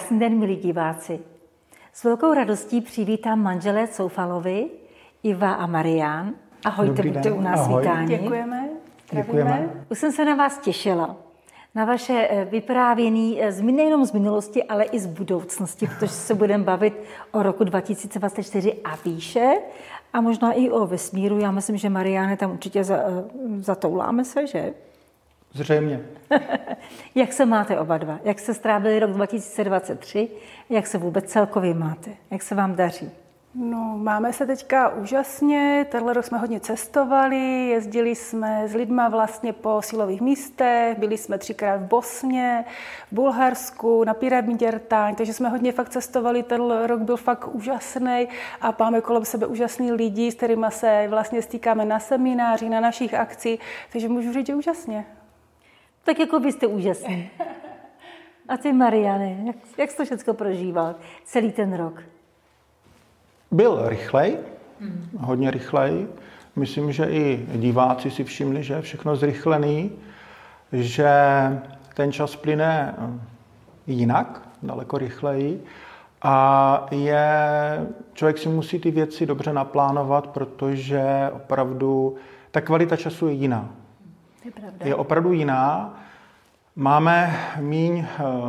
Krásný den, milí diváci. S velkou radostí přivítám manželé Coufalovi, Iva a Marián. Ahojte, buďte u nás vítáni. Děkujeme, zdravíme. Už jsem se na vás těšila. Na vaše vyprávění nejenom z minulosti, ale i z budoucnosti, protože se budeme bavit o roku 2024 a výše a možná i o vesmíru. Já myslím, že Mariáne tam určitě zatouláme se, že? Zřejmě. Jak se máte oba dva? Jak se strávili rok 2023? Jak se vůbec celkově máte? Jak se vám daří? No, máme se teďka úžasně. Tenhle rok jsme hodně cestovali, jezdili jsme s lidma vlastně po sílových místech, byli jsme 3krát v Bosně, v Bulharsku, na pyramidě Rtáň, takže jsme hodně fakt cestovali. Tenhle rok byl fakt úžasný a máme kolem sebe úžasný lidi, s kterými se vlastně stýkáme na semináři, na našich akcích, takže můžu říct, že úžasně. Tak jako vy jste úžasný. A ty, Mariane, jak jsi to všechno prožíval celý ten rok? Byl rychlej, hodně rychlej. Myslím, že i diváci si všimli, že je všechno zrychlený, že ten čas plyne jinak, daleko rychleji a člověk si musí ty věci dobře naplánovat, protože opravdu ta kvalita času je jiná. Je opravdu jiná. Máme míň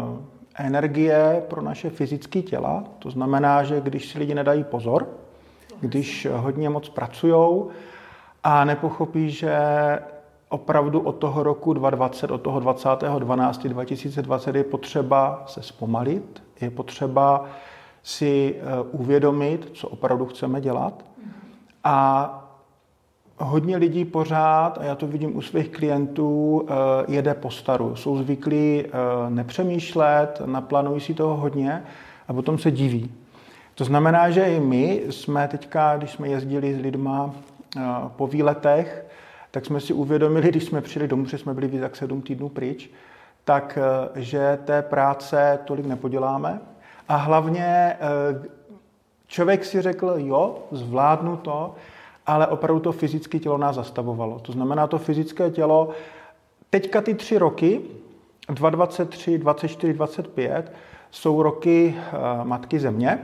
energie pro naše fyzické těla. To znamená, že když si lidi nedají pozor, když hodně moc pracujou a nepochopí, že opravdu od toho roku 2020, od toho 20.12.2020 je potřeba se zpomalit, je potřeba si uvědomit, co opravdu chceme dělat. A hodně lidí pořád, a já to vidím u svých klientů, jede po staru. Jsou zvyklí nepřemýšlet, naplánují si toho hodně a potom se diví. To znamená, že i my jsme teďka, když jsme jezdili s lidma po výletech, tak jsme si uvědomili, když jsme přijeli domů, že jsme byli víc jak 7 týdnů pryč, tak že té práce tolik nepoděláme. A hlavně člověk si řekl, jo, zvládnu to, ale opravdu to fyzické tělo nás zastavovalo. To znamená, to fyzické tělo, teďka ty 3 roky, 2023, 2024, 2025, jsou roky Matky Země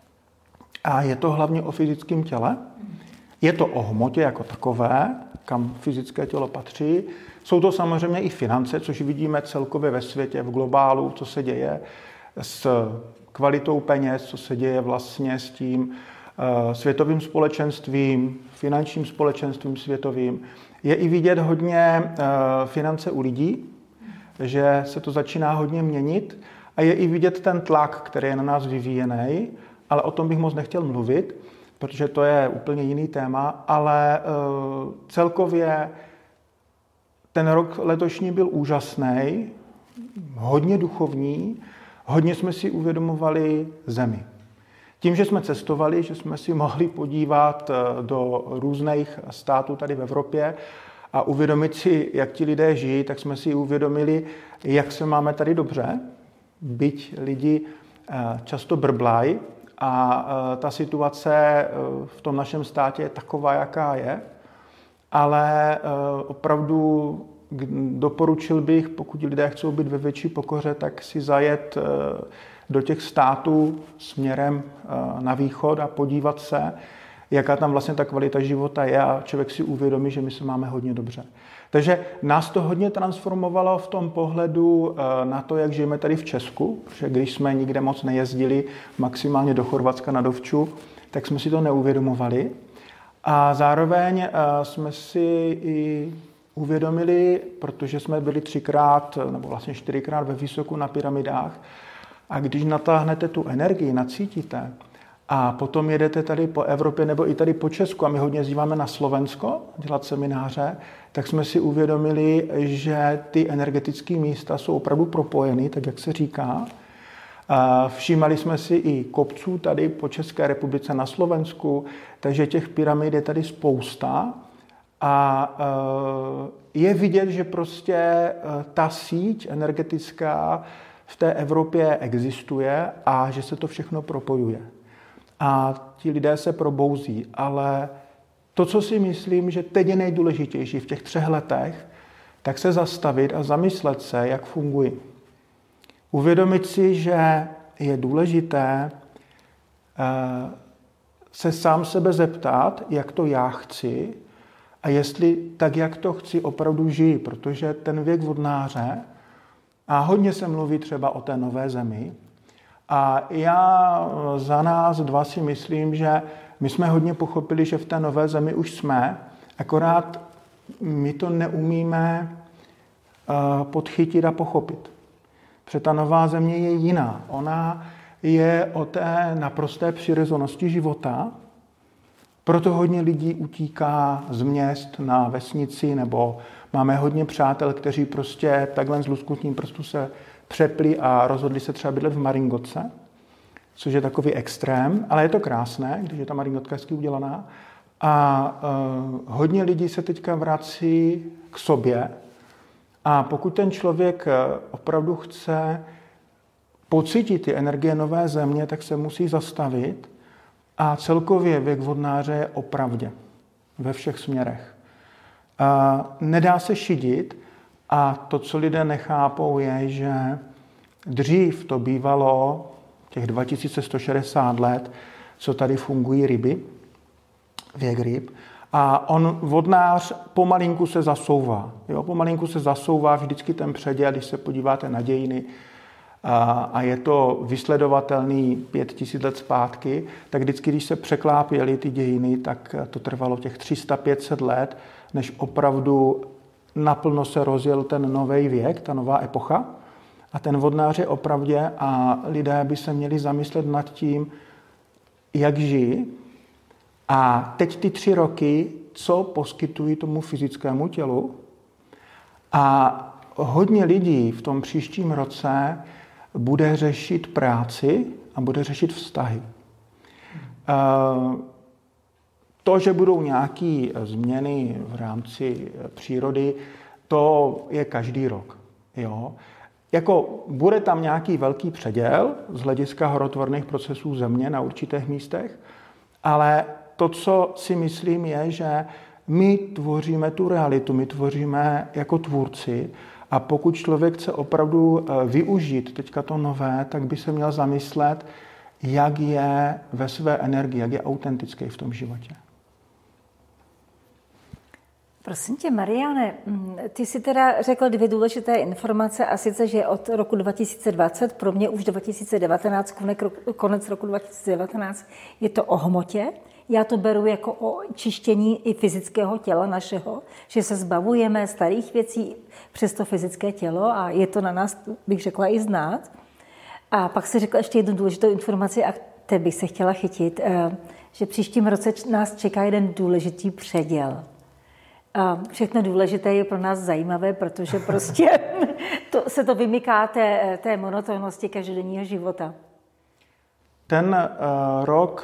a je to hlavně o fyzickém těle. Je to o hmotě jako takové, kam fyzické tělo patří. Jsou to samozřejmě i finance, což vidíme celkově ve světě, v globálu, co se děje s kvalitou peněz, co se děje vlastně s tím světovým společenstvím, finančním společenstvím světovým. Je i vidět hodně finance u lidí, že se to začíná hodně měnit a je i vidět ten tlak, který je na nás vyvíjený, ale o tom bych moc nechtěl mluvit, protože to je úplně jiný téma, ale celkově ten rok letošní byl úžasný, hodně duchovní, hodně jsme si uvědomovali zemi. Tím, že jsme cestovali, že jsme si mohli podívat do různých států tady v Evropě a uvědomit si, jak ti lidé žijí, tak jsme si uvědomili, jak se máme tady dobře, byť lidi často brblají a ta situace v tom našem státě je taková, jaká je, ale opravdu doporučil bych, pokud lidé chcou být ve větší pokoře, tak si zajet do těch států směrem na východ a podívat se, jaká tam vlastně ta kvalita života je a člověk si uvědomí, že my se máme hodně dobře. Takže nás to hodně transformovalo v tom pohledu na to, jak žijeme tady v Česku, protože když jsme nikde moc nejezdili, maximálně do Chorvatska na dovču, tak jsme si to neuvědomovali. A zároveň jsme si i uvědomili, protože jsme byli 3krát nebo vlastně 4krát ve Vysoku na pyramidách, a když natáhnete tu energii, nacítíte a potom jedete tady po Evropě nebo i tady po Česku a my hodně jezdíváme na Slovensko dělat semináře, tak jsme si uvědomili, že ty energetické místa jsou opravdu propojeny, tak jak se říká. Všímali jsme si i kopců tady po České republice na Slovensku, takže těch pyramid je tady spousta a je vidět, že prostě ta síť energetická v té Evropě existuje a že se to všechno propojuje. A ti lidé se probouzí, ale to, co si myslím, že teď je nejdůležitější v těch 3 letech, tak se zastavit a zamyslet se, jak fungují. Uvědomit si, že je důležité se sám sebe zeptat, jak to já chci a jestli tak, jak to chci, opravdu žiji, protože ten věk vodnáře, a hodně se mluví třeba o té nové zemi, a já za nás dva si myslím, že my jsme hodně pochopili, že v té nové zemi už jsme, akorát my to neumíme podchytit a pochopit. Protože ta nová země je jiná. Ona je o té naprosté přirozenosti života, proto hodně lidí utíká z měst na vesnici, nebo máme hodně přátel, kteří prostě takhle s lusknutím prstu se přepli a rozhodli se třeba bydlet v Maringotce, což je takový extrém, ale je to krásné, když je ta Maringotka hezky udělaná. A hodně lidí se teďka vrací k sobě a pokud ten člověk opravdu chce pocítit ty energie nové země, tak se musí zastavit a celkově věk vodnáře je o pravdě ve všech směrech. Nedá se šidit a to, co lidé nechápou, je, že dřív to bývalo těch 2160 let, co tady fungují ryby, věk ryb, a vodnář pomalinku se zasouvá. Jo? Pomalinku se zasouvá vždycky ten předěl, když se podíváte na dějiny, a je to vysledovatelný 5000 let zpátky, tak vždycky, když se překlápěly ty dějiny, tak to trvalo těch 300-500 let, než opravdu naplno se rozjel ten nový věk, ta nová epocha. A ten vodnář je opravdě a lidé by se měli zamyslet nad tím, jak žijí. A teď ty 3 roky, co poskytují tomu fyzickému tělu. A hodně lidí v tom příštím roce bude řešit práci a bude řešit vztahy. To, že budou nějaké změny v rámci přírody, to je každý rok. Jo? Jako bude tam nějaký velký předěl z hlediska horotvorných procesů země na určitých místech, ale to, co si myslím, je, že my tvoříme tu realitu, my tvoříme jako tvůrci a pokud člověk chce opravdu využít teďka to nové, tak by se měl zamyslet, jak je ve své energii, jak je autentický v tom životě. Prosím tě, Mariane, ty jsi teda řekl 2 důležité informace, a sice, že od roku 2020, pro mě už 2019, konec roku 2019, je to o hmotě. Já to beru jako o čištění i fyzického těla našeho, že se zbavujeme starých věcí přes to fyzické tělo a je to na nás, bych řekla, i znát. A pak si řekla ještě jednu důležitou informaci a té bych se chtěla chytit, že příštím roce nás čeká jeden důležitý předěl. A všechno důležité je pro nás zajímavé, protože prostě se to vymyká té monotónnosti každodenního života. Ten rok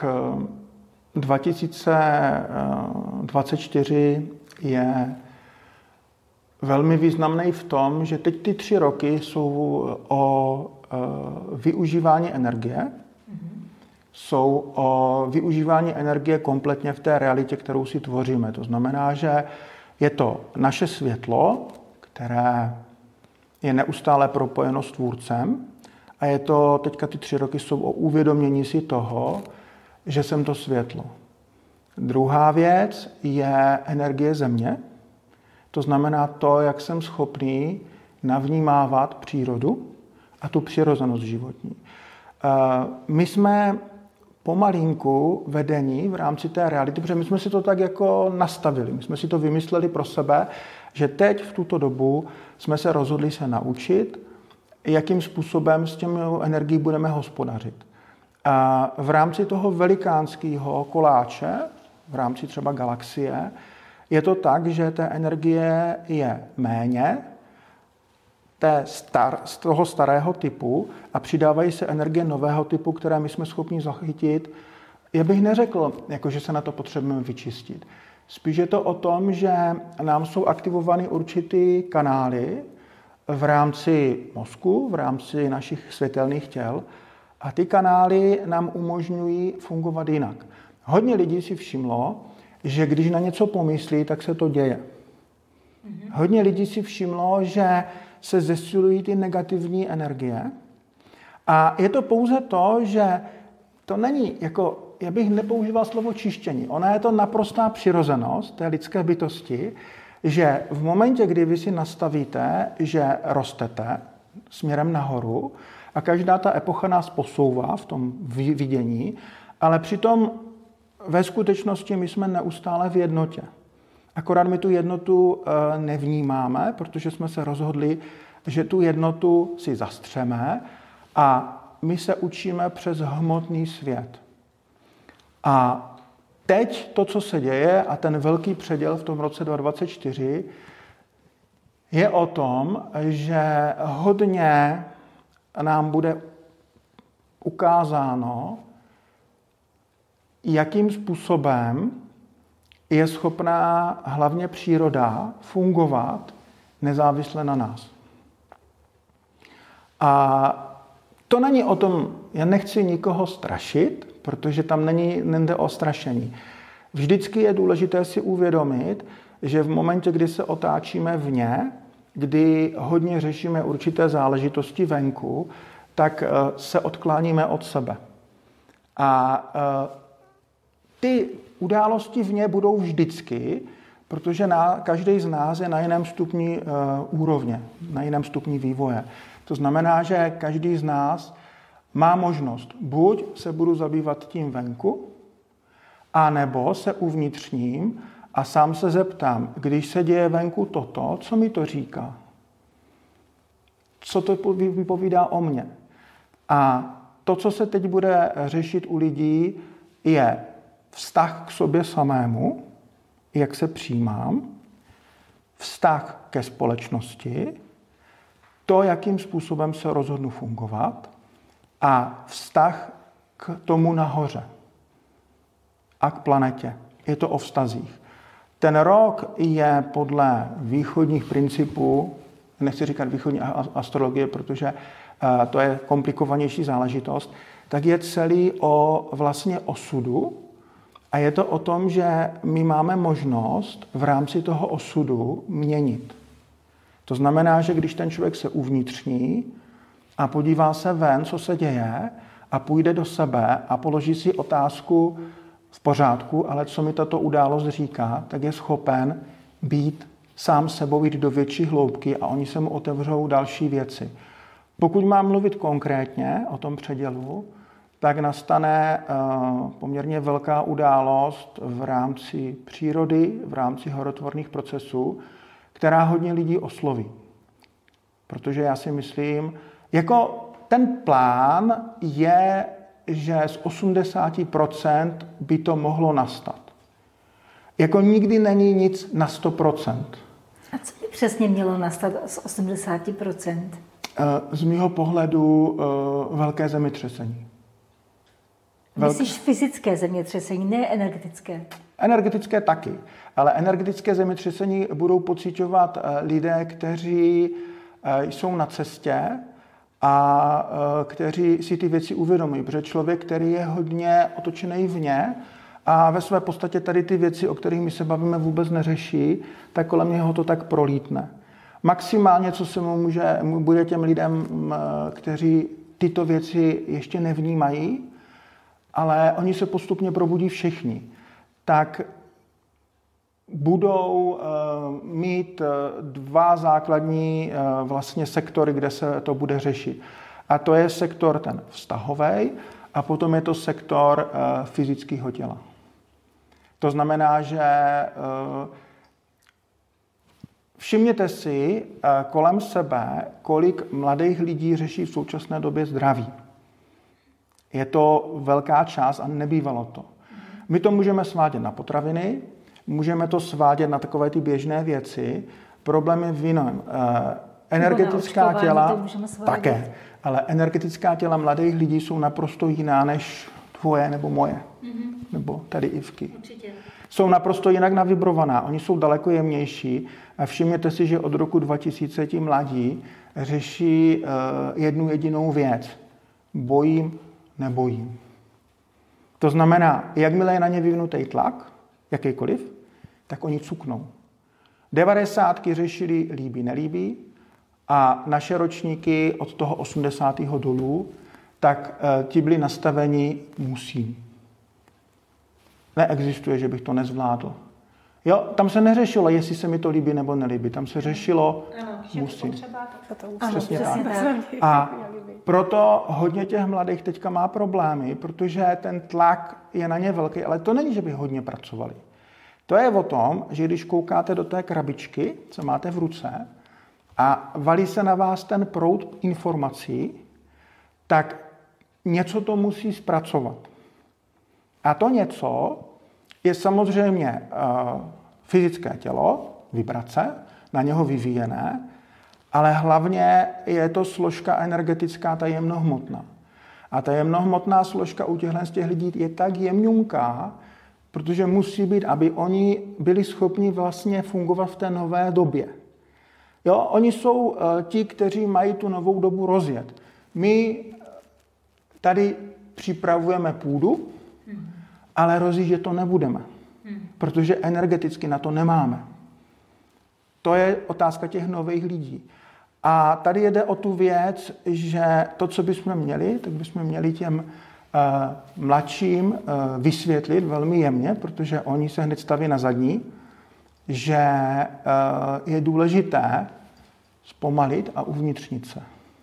2024 je velmi významný v tom, že teď ty 3 roky jsou o využívání energie. Jsou o využívání energie kompletně v té realitě, kterou si tvoříme. To znamená, že je to naše světlo, které je neustále propojeno s tvůrcem a je to, teďka ty 3 roky jsou o uvědomění si toho, že jsem to světlo. Druhá věc je energie země. To znamená to, jak jsem schopný navnímávat přírodu a tu přirozenost životní. My jsme pomalinku vedení v rámci té reality, protože my jsme si to tak jako nastavili. My jsme si to vymysleli pro sebe, že teď v tuto dobu jsme se rozhodli se naučit, jakým způsobem s těmi energií budeme hospodařit. A v rámci toho velikánského koláče, v rámci třeba galaxie, je to tak, že té energie je méně, z toho starého typu a přidávají se energie nového typu, které my jsme schopni zachytit. Já bych neřekl, jako že se na to potřebujeme vyčistit. Spíš je to o tom, že nám jsou aktivovány určitý kanály v rámci mozku, v rámci našich světelných těl a ty kanály nám umožňují fungovat jinak. Hodně lidí si všimlo, že když na něco pomyslí, tak se to děje. Hodně lidí si všimlo, že se zesilují ty negativní energie A je to pouze to, že to není jako, já bych nepoužíval slovo čištění. Ona je to naprostá přirozenost té lidské bytosti, že v momentě, kdy vy si nastavíte, že rostete směrem nahoru a každá ta epocha nás posouvá v tom vidění, ale přitom ve skutečnosti my jsme neustále v jednotě. Akorát my tu jednotu nevnímáme, protože jsme se rozhodli, že tu jednotu si zastřeme a my se učíme přes hmotný svět. A teď to, co se děje, a ten velký předěl v tom roce 2024, je o tom, že hodně nám bude ukázáno, jakým způsobem je schopná hlavně příroda fungovat nezávisle na nás. A to není o tom, já nechci nikoho strašit, protože tam nejde o strašení. Vždycky je důležité si uvědomit, že v momentě, kdy se otáčíme vně, kdy hodně řešíme určité záležitosti venku, tak se odkláníme od sebe. A ty události vně budou vždycky, protože každý z nás je na jiném stupni úrovně, na jiném stupni vývoje. To znamená, že každý z nás má možnost, buď se budu zabývat tím venku, anebo se uvnitřním a sám se zeptám, když se děje venku toto, co mi to říká? Co to vypovídá o mně? A to, co se teď bude řešit u lidí, je vztah k sobě samému, jak se přijímám, vztah ke společnosti, to, jakým způsobem se rozhodnu fungovat a vztah k tomu nahoře a k planetě. Je to o vztazích. Ten rok je podle východních principů, nechci říkat východní astrologie, protože to je komplikovanější záležitost, tak je celý o vlastně osudu a je to o tom, že my máme možnost v rámci toho osudu měnit. To znamená, že když ten člověk se uvnitřní a podívá se ven, co se děje a půjde do sebe a položí si otázku v pořádku, ale co mi tato událost říká, tak je schopen být sám sebou, jít do větší hloubky a oni se mu otevřou další věci. Pokud mám mluvit konkrétně o tom předělu, tak nastane poměrně velká událost v rámci přírody, v rámci horotvorných procesů, která hodně lidí osloví. Protože já si myslím, jako ten plán je, že z 80% by to mohlo nastat. Jako nikdy není nic na 100%. A co by přesně mělo nastat z 80%? Z mého pohledu velké zemětřesení. Myslíš fyzické zemětřesení, ne energetické? Energetické taky, ale energetické zemětřesení budou pociťovat lidé, kteří jsou na cestě a kteří si ty věci uvědomují, protože člověk, který je hodně otočený vně a ve své podstatě tady ty věci, o kterých my se bavíme, vůbec neřeší, tak kolem něho to tak prolítne. Maximálně, co se bude těm lidem, kteří tyto věci ještě nevnímají, ale oni se postupně probudí všichni, tak budou mít dva základní vlastně sektory, kde se to bude řešit. A to je sektor ten vztahový a potom je to sektor fyzického těla. To znamená, že všimněte si kolem sebe, kolik mladých lidí řeší v současné době zdraví. Je to velká část a nebývalo to. My to můžeme svádět na potraviny, můžeme to svádět na takové ty běžné věci. Problém je v jiném. Energetická těla také, ale energetická těla mladých lidí jsou naprosto jiná než tvoje nebo moje. Nebo tady Ivky. Určitě. Jsou naprosto jinak navibrovaná. Oni jsou daleko jemnější. A všimněte si, že od roku 2000 ti mladí řeší jednu jedinou věc. Bojím, nebojím. To znamená, jakmile je na ně vyvinutý tlak, jakýkoliv, tak oni cuknou. 90 řešili líbí, nelíbí a naše ročníky od toho 80. dolů tak ti byli nastaveni musím. Neexistuje, že bych to nezvládl. Jo, tam se neřešilo, jestli se mi to líbí nebo nelíbí. Tam se řešilo, musím. Přesně tak. A proto hodně těch mladých teďka má problémy, protože ten tlak je na ně velký, ale to není, že by hodně pracovali. To je o tom, že když koukáte do té krabičky, co máte v ruce, a valí se na vás ten proud informací, tak něco to musí zpracovat. A to něco je samozřejmě fyzické tělo, vibrace, na něho vyvíjené, ale hlavně je to složka energetická, ta jemnohmotná. A ta jemnohmotná složka u těchto lidí je tak jemňunká, protože musí být, aby oni byli schopni vlastně fungovat v té nové době. Jo, oni jsou ti, kteří mají tu novou dobu rozjet. My tady připravujeme půdu, ale rozjíždět to nebudeme, protože energeticky na to nemáme. To je otázka těch nových lidí. A tady jde o tu věc, že to, co bychom měli, tak bychom měli těm mladším vysvětlit velmi jemně, protože oni se hned staví na zadní, že je důležité zpomalit a uvnitřnit se.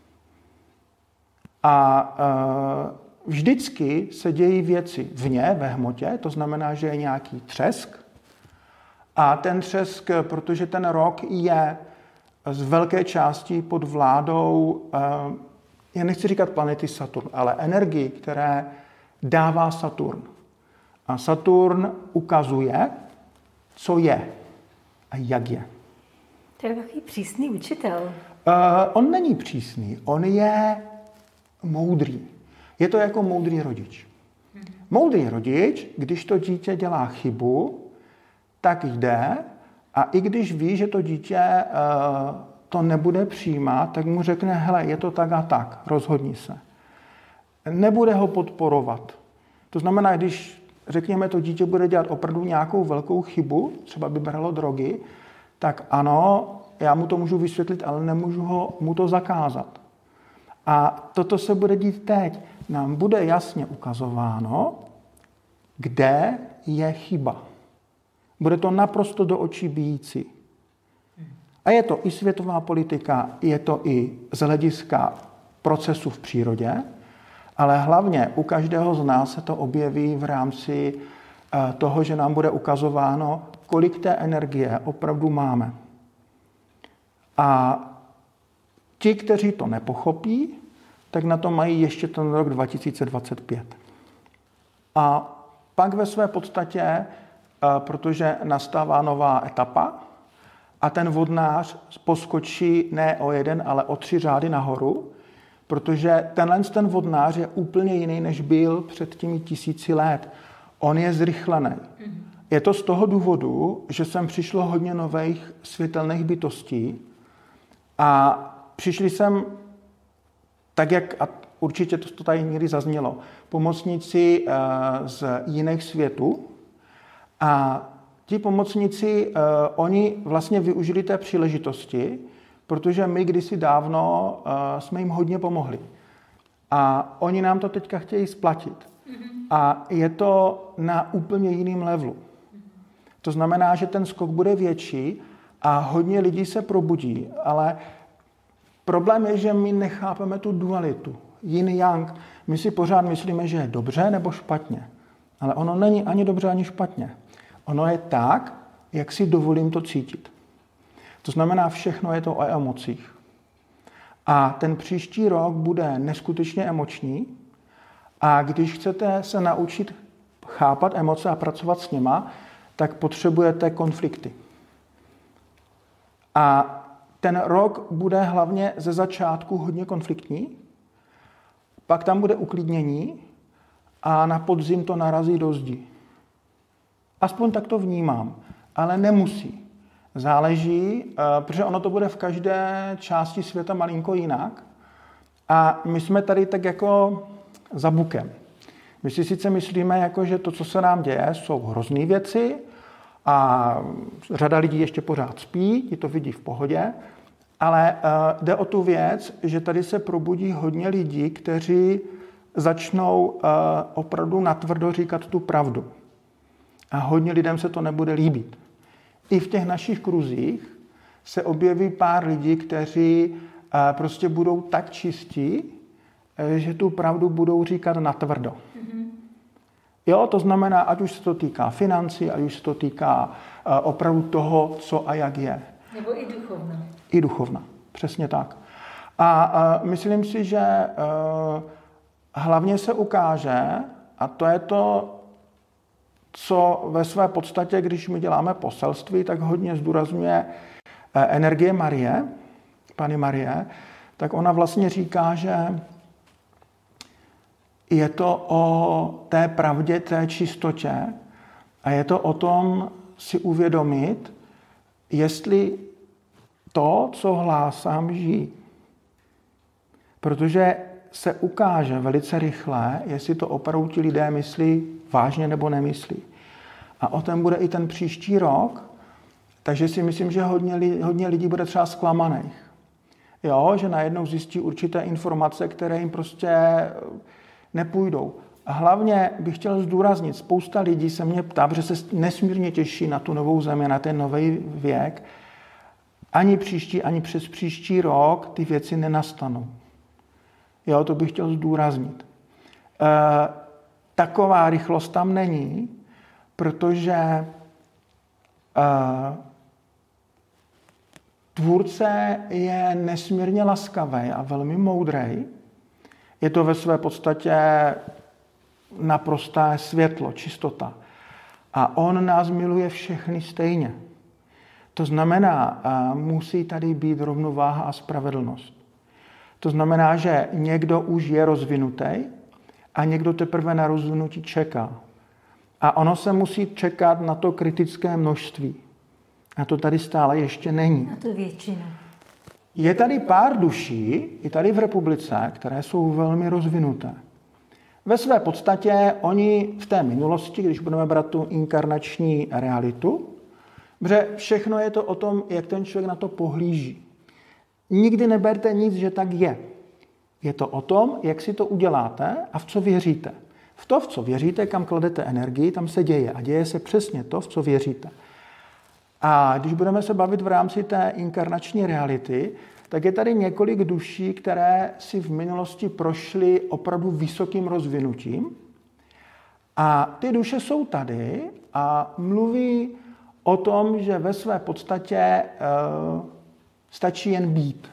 A vždycky se dějí věci vně, ve hmotě, to znamená, že je nějaký třesk. A ten třesk, protože ten rok je z velké části pod vládou, já nechci říkat planety Saturn, ale energii, které dává Saturn. A Saturn ukazuje, co je a jak je. To je takový přísný učitel. On není přísný, on je moudrý. Je to jako moudrý rodič. Moudrý rodič, když to dítě dělá chybu, tak jde a i když ví, že to dítě to nebude přijímat, tak mu řekne, hele, je to tak a tak, rozhodni se. Nebude ho podporovat. To znamená, když, řekněme, to dítě bude dělat opravdu nějakou velkou chybu, třeba by bralo drogy, tak ano, já mu to můžu vysvětlit, ale nemůžu mu to zakázat. A toto se bude dít teď. Nám bude jasně ukazováno, kde je chyba. Bude to naprosto do očí bijící. A je to i světová politika, je to i z hlediska procesu v přírodě, ale hlavně u každého z nás se to objeví v rámci toho, že nám bude ukazováno, kolik té energie opravdu máme. A ti, kteří to nepochopí, tak na to mají ještě ten rok 2025. A pak ve své podstatě, protože nastává nová etapa a ten vodnář poskočí ne o 1, ale o 3 řády nahoru, protože ten vodnář je úplně jiný, než byl před těmi 1000 let. On je zrychlený. Je to z toho důvodu, že sem přišlo hodně nových světelných bytostí a přišli sem, tak jak, a určitě to tady někdy zaznělo, pomocníci z jiných světů. A ti pomocníci, oni vlastně využili té příležitosti, protože my kdysi dávno jsme jim hodně pomohli. A oni nám to teďka chtějí splatit. A je to na úplně jiném levelu. To znamená, že ten skok bude větší a hodně lidí se probudí, ale problém je, že my nechápeme tu dualitu, yin-yang. My si pořád myslíme, že je dobře nebo špatně. Ale ono není ani dobře, ani špatně. Ono je tak, jak si dovolím to cítit. To znamená, všechno je to o emocích. A ten příští rok bude neskutečně emoční. A když chcete se naučit chápat emoce a pracovat s nima, tak potřebujete konflikty. A ten rok bude hlavně ze začátku hodně konfliktní, pak tam bude uklidnění a na podzim to narazí do zdi. Aspoň tak to vnímám, ale nemusí. Záleží, protože ono to bude v každé části světa malinko jinak. A my jsme tady tak jako za bukem. My si sice myslíme, jako, že to, co se nám děje, jsou hrozný věci a řada lidí ještě pořád spí, ti to vidí v pohodě, ale jde o tu věc, že tady se probudí hodně lidí, kteří začnou opravdu natvrdo říkat tu pravdu. A hodně lidem se to nebude líbit. I v těch našich kruzích se objeví pár lidí, kteří prostě budou tak čistí, že tu pravdu budou říkat natvrdo. Mm-hmm. Jo, to znamená, ať už se to týká financí, ať už se to týká opravdu toho, co a jak je. Nebo i duchovna. I duchovna, přesně tak. A myslím si, že hlavně se ukáže, a to je to, co ve své podstatě, když my děláme poselství, tak hodně zdůrazňuje energie Marie, Panny Marie, tak ona vlastně říká, že je to o té pravdě, té čistotě a je to o tom si uvědomit, jestli to, co hlásám, žijí. Protože se ukáže velice rychle, jestli to opravdu ti lidé myslí vážně nebo nemyslí. A o tom bude i ten příští rok, takže si myslím, že hodně lidí bude třeba zklamaných. Jo, že najednou zjistí určité informace, které jim prostě nepůjdou. A hlavně bych chtěl zdůraznit, spousta lidí se mě ptá, protože se nesmírně těší na tu novou zemi, na ten nový věk. Ani příští, ani přes příští rok ty věci nenastanou. Jo, to bych chtěl zdůraznit. Taková rychlost tam není, protože Tvůrce je nesmírně laskavý a velmi moudrý. Je to ve své podstatě naprosté světlo, čistota. A on nás miluje všechny stejně. To znamená, musí tady být rovnováha a spravedlnost. To znamená, že někdo už je rozvinutý a někdo teprve na rozvinutí čeká. A ono se musí čekat na to kritické množství. A to tady stále ještě není. Na tu většinu. Je tady pár duší, i tady v republice, které jsou velmi rozvinuté. Ve své podstatě oni v té minulosti, když budeme brát tu inkarnační realitu, protože všechno je to o tom, jak ten člověk na to pohlíží. Nikdy neberte nic, že tak je. Je to o tom, jak si to uděláte a v co věříte. V to, v co věříte, kam kladete energii, tam se děje. A děje se přesně to, v co věříte. A když budeme se bavit v rámci té inkarnační reality, tak je tady několik duší, které si v minulosti prošly opravdu vysokým rozvinutím. A ty duše jsou tady a mluví o tom, že ve své podstatě stačí jen být.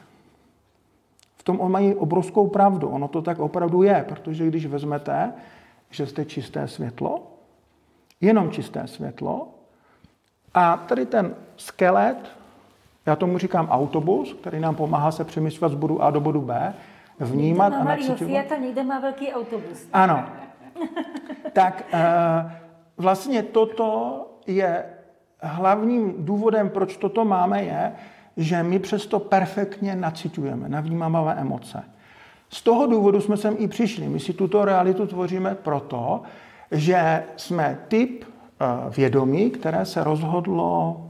V tom mají obrovskou pravdu. Ono to tak opravdu je, protože když vezmete, že jste čisté světlo, jenom čisté světlo, a tady ten skelet, já tomu říkám autobus, který nám pomáhá se přemysťovat z bodu A do bodu B, vnímat někde má a malýho nacitovat. Fiata, někde má velký autobus. Ano. Tak vlastně toto je hlavním důvodem, proč toto máme, je, že my přesto perfektně nacitujeme, navnímáme emoce. Z toho důvodu jsme sem i přišli. My si tuto realitu tvoříme proto, že jsme typ vědomí, které se rozhodlo,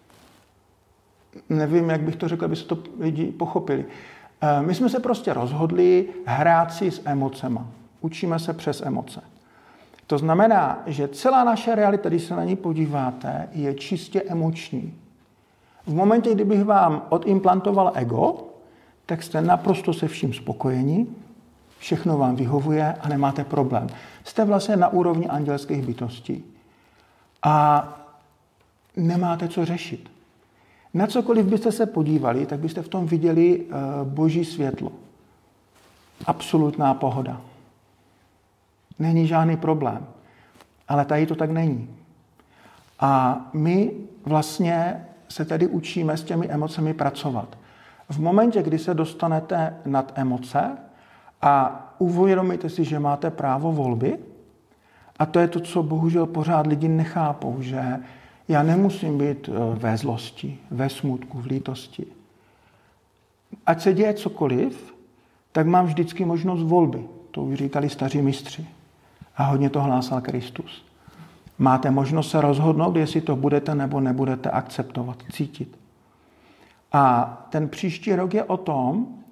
nevím, jak bych to řekl, aby se to lidi pochopili. My jsme se prostě rozhodli hrát si s emocema. Učíme se přes emoce. To znamená, že celá naše realita, když se na ní podíváte, je čistě emoční. V momentě, kdybych vám odimplantoval ego, tak jste naprosto se vším spokojeni, všechno vám vyhovuje a nemáte problém. Jste vlastně na úrovni andělských bytostí. A nemáte co řešit. Na cokoliv byste se podívali, tak byste v tom viděli boží světlo. Absolutná pohoda. Není žádný problém. Ale tady to tak není. A my vlastně se tedy učíme s těmi emocemi pracovat. V momentě, kdy se dostanete nad emoce a uvědomíte si, že máte právo volby, a to je to, co bohužel pořád lidi nechápou, že já nemusím být ve zlosti, ve smutku, v lítosti. Ať se děje cokoliv, tak mám vždycky možnost volby. To už říkali staří mistři. A hodně to hlásal Kristus. Máte možnost se rozhodnout, jestli to budete nebo nebudete akceptovat, cítit. A ten příští rok je o tom,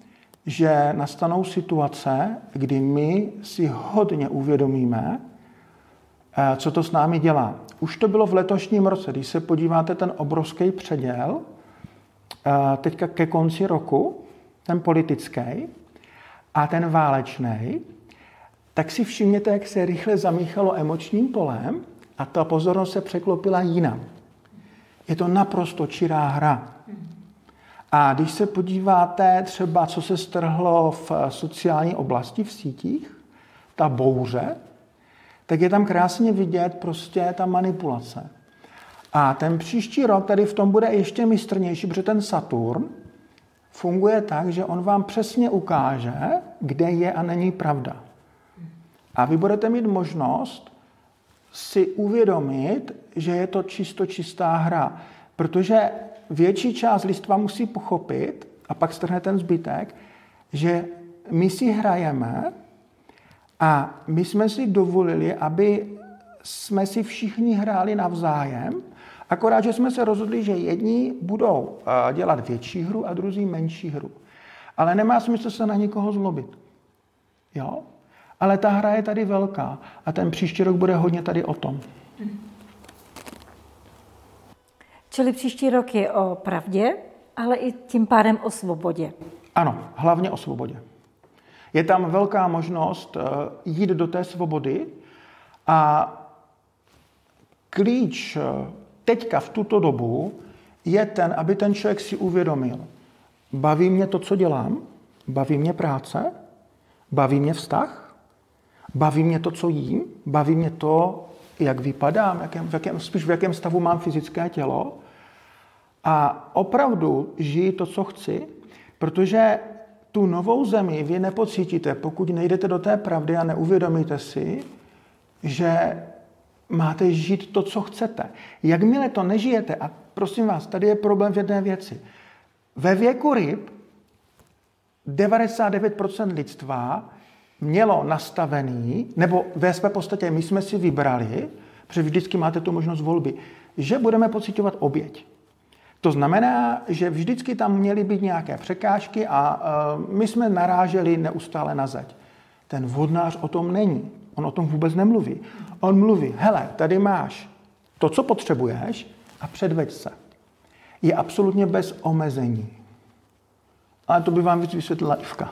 že nastanou situace, kdy my si hodně uvědomíme, co to s námi dělá. Už to bylo v letošním roce, když se podíváte ten obrovský předěl, teďka ke konci roku, ten politický a ten válečný, tak si všimněte, jak se rychle zamíchalo emočním polem a ta pozornost se překlopila jinam. Je to naprosto čirá hra. A když se podíváte třeba, co se strhlo v sociální oblasti, v sítích, ta bouře, tak je tam krásně vidět prostě ta manipulace. A ten příští rok tady v tom bude ještě mistrnější, protože ten Saturn funguje tak, že on vám přesně ukáže, kde je a není pravda. A vy budete mít možnost si uvědomit, že je to čistá hra, protože větší část lidstva musí pochopit, a pak strhne ten zbytek, že my si hrajeme a my jsme si dovolili, aby jsme si všichni hráli navzájem, akorát, že jsme se rozhodli, že jedni budou dělat větší hru a druzí menší hru. Ale nemá smysl se na nikoho zlobit. Jo? Ale ta hra je tady velká a ten příští rok bude hodně tady o tom. Čili příští rok je o pravdě, ale i tím pádem o svobodě. Ano, hlavně o svobodě. Je tam velká možnost jít do té svobody a klíč teďka v tuto dobu je ten, aby ten člověk si uvědomil. Baví mě to, co dělám? Baví mě práce? Baví mě vztah? Baví mě to, co jím? Baví mě to, jak vypadám? Spíš v jakém stavu mám fyzické tělo? A opravdu žiji to, co chci, protože tu novou zemi vy nepocítíte, pokud nejdete do té pravdy a neuvědomíte si, že máte žít to, co chcete. Jakmile to nežijete, a prosím vás, tady je problém v jedné věci. Ve věku ryb 99% lidstva mělo nastavený, nebo ve své podstatě my jsme si vybrali, protože vždycky máte tu možnost volby, že budeme pociťovat oběť. To znamená, že vždycky tam měly být nějaké překážky a my jsme naráželi neustále na zeď. Ten vodnář o tom není. On o tom vůbec nemluví. On mluví, hele, tady máš to, co potřebuješ a předveď se. Je absolutně bez omezení. Ale to by vám víc vysvětlila Ivka.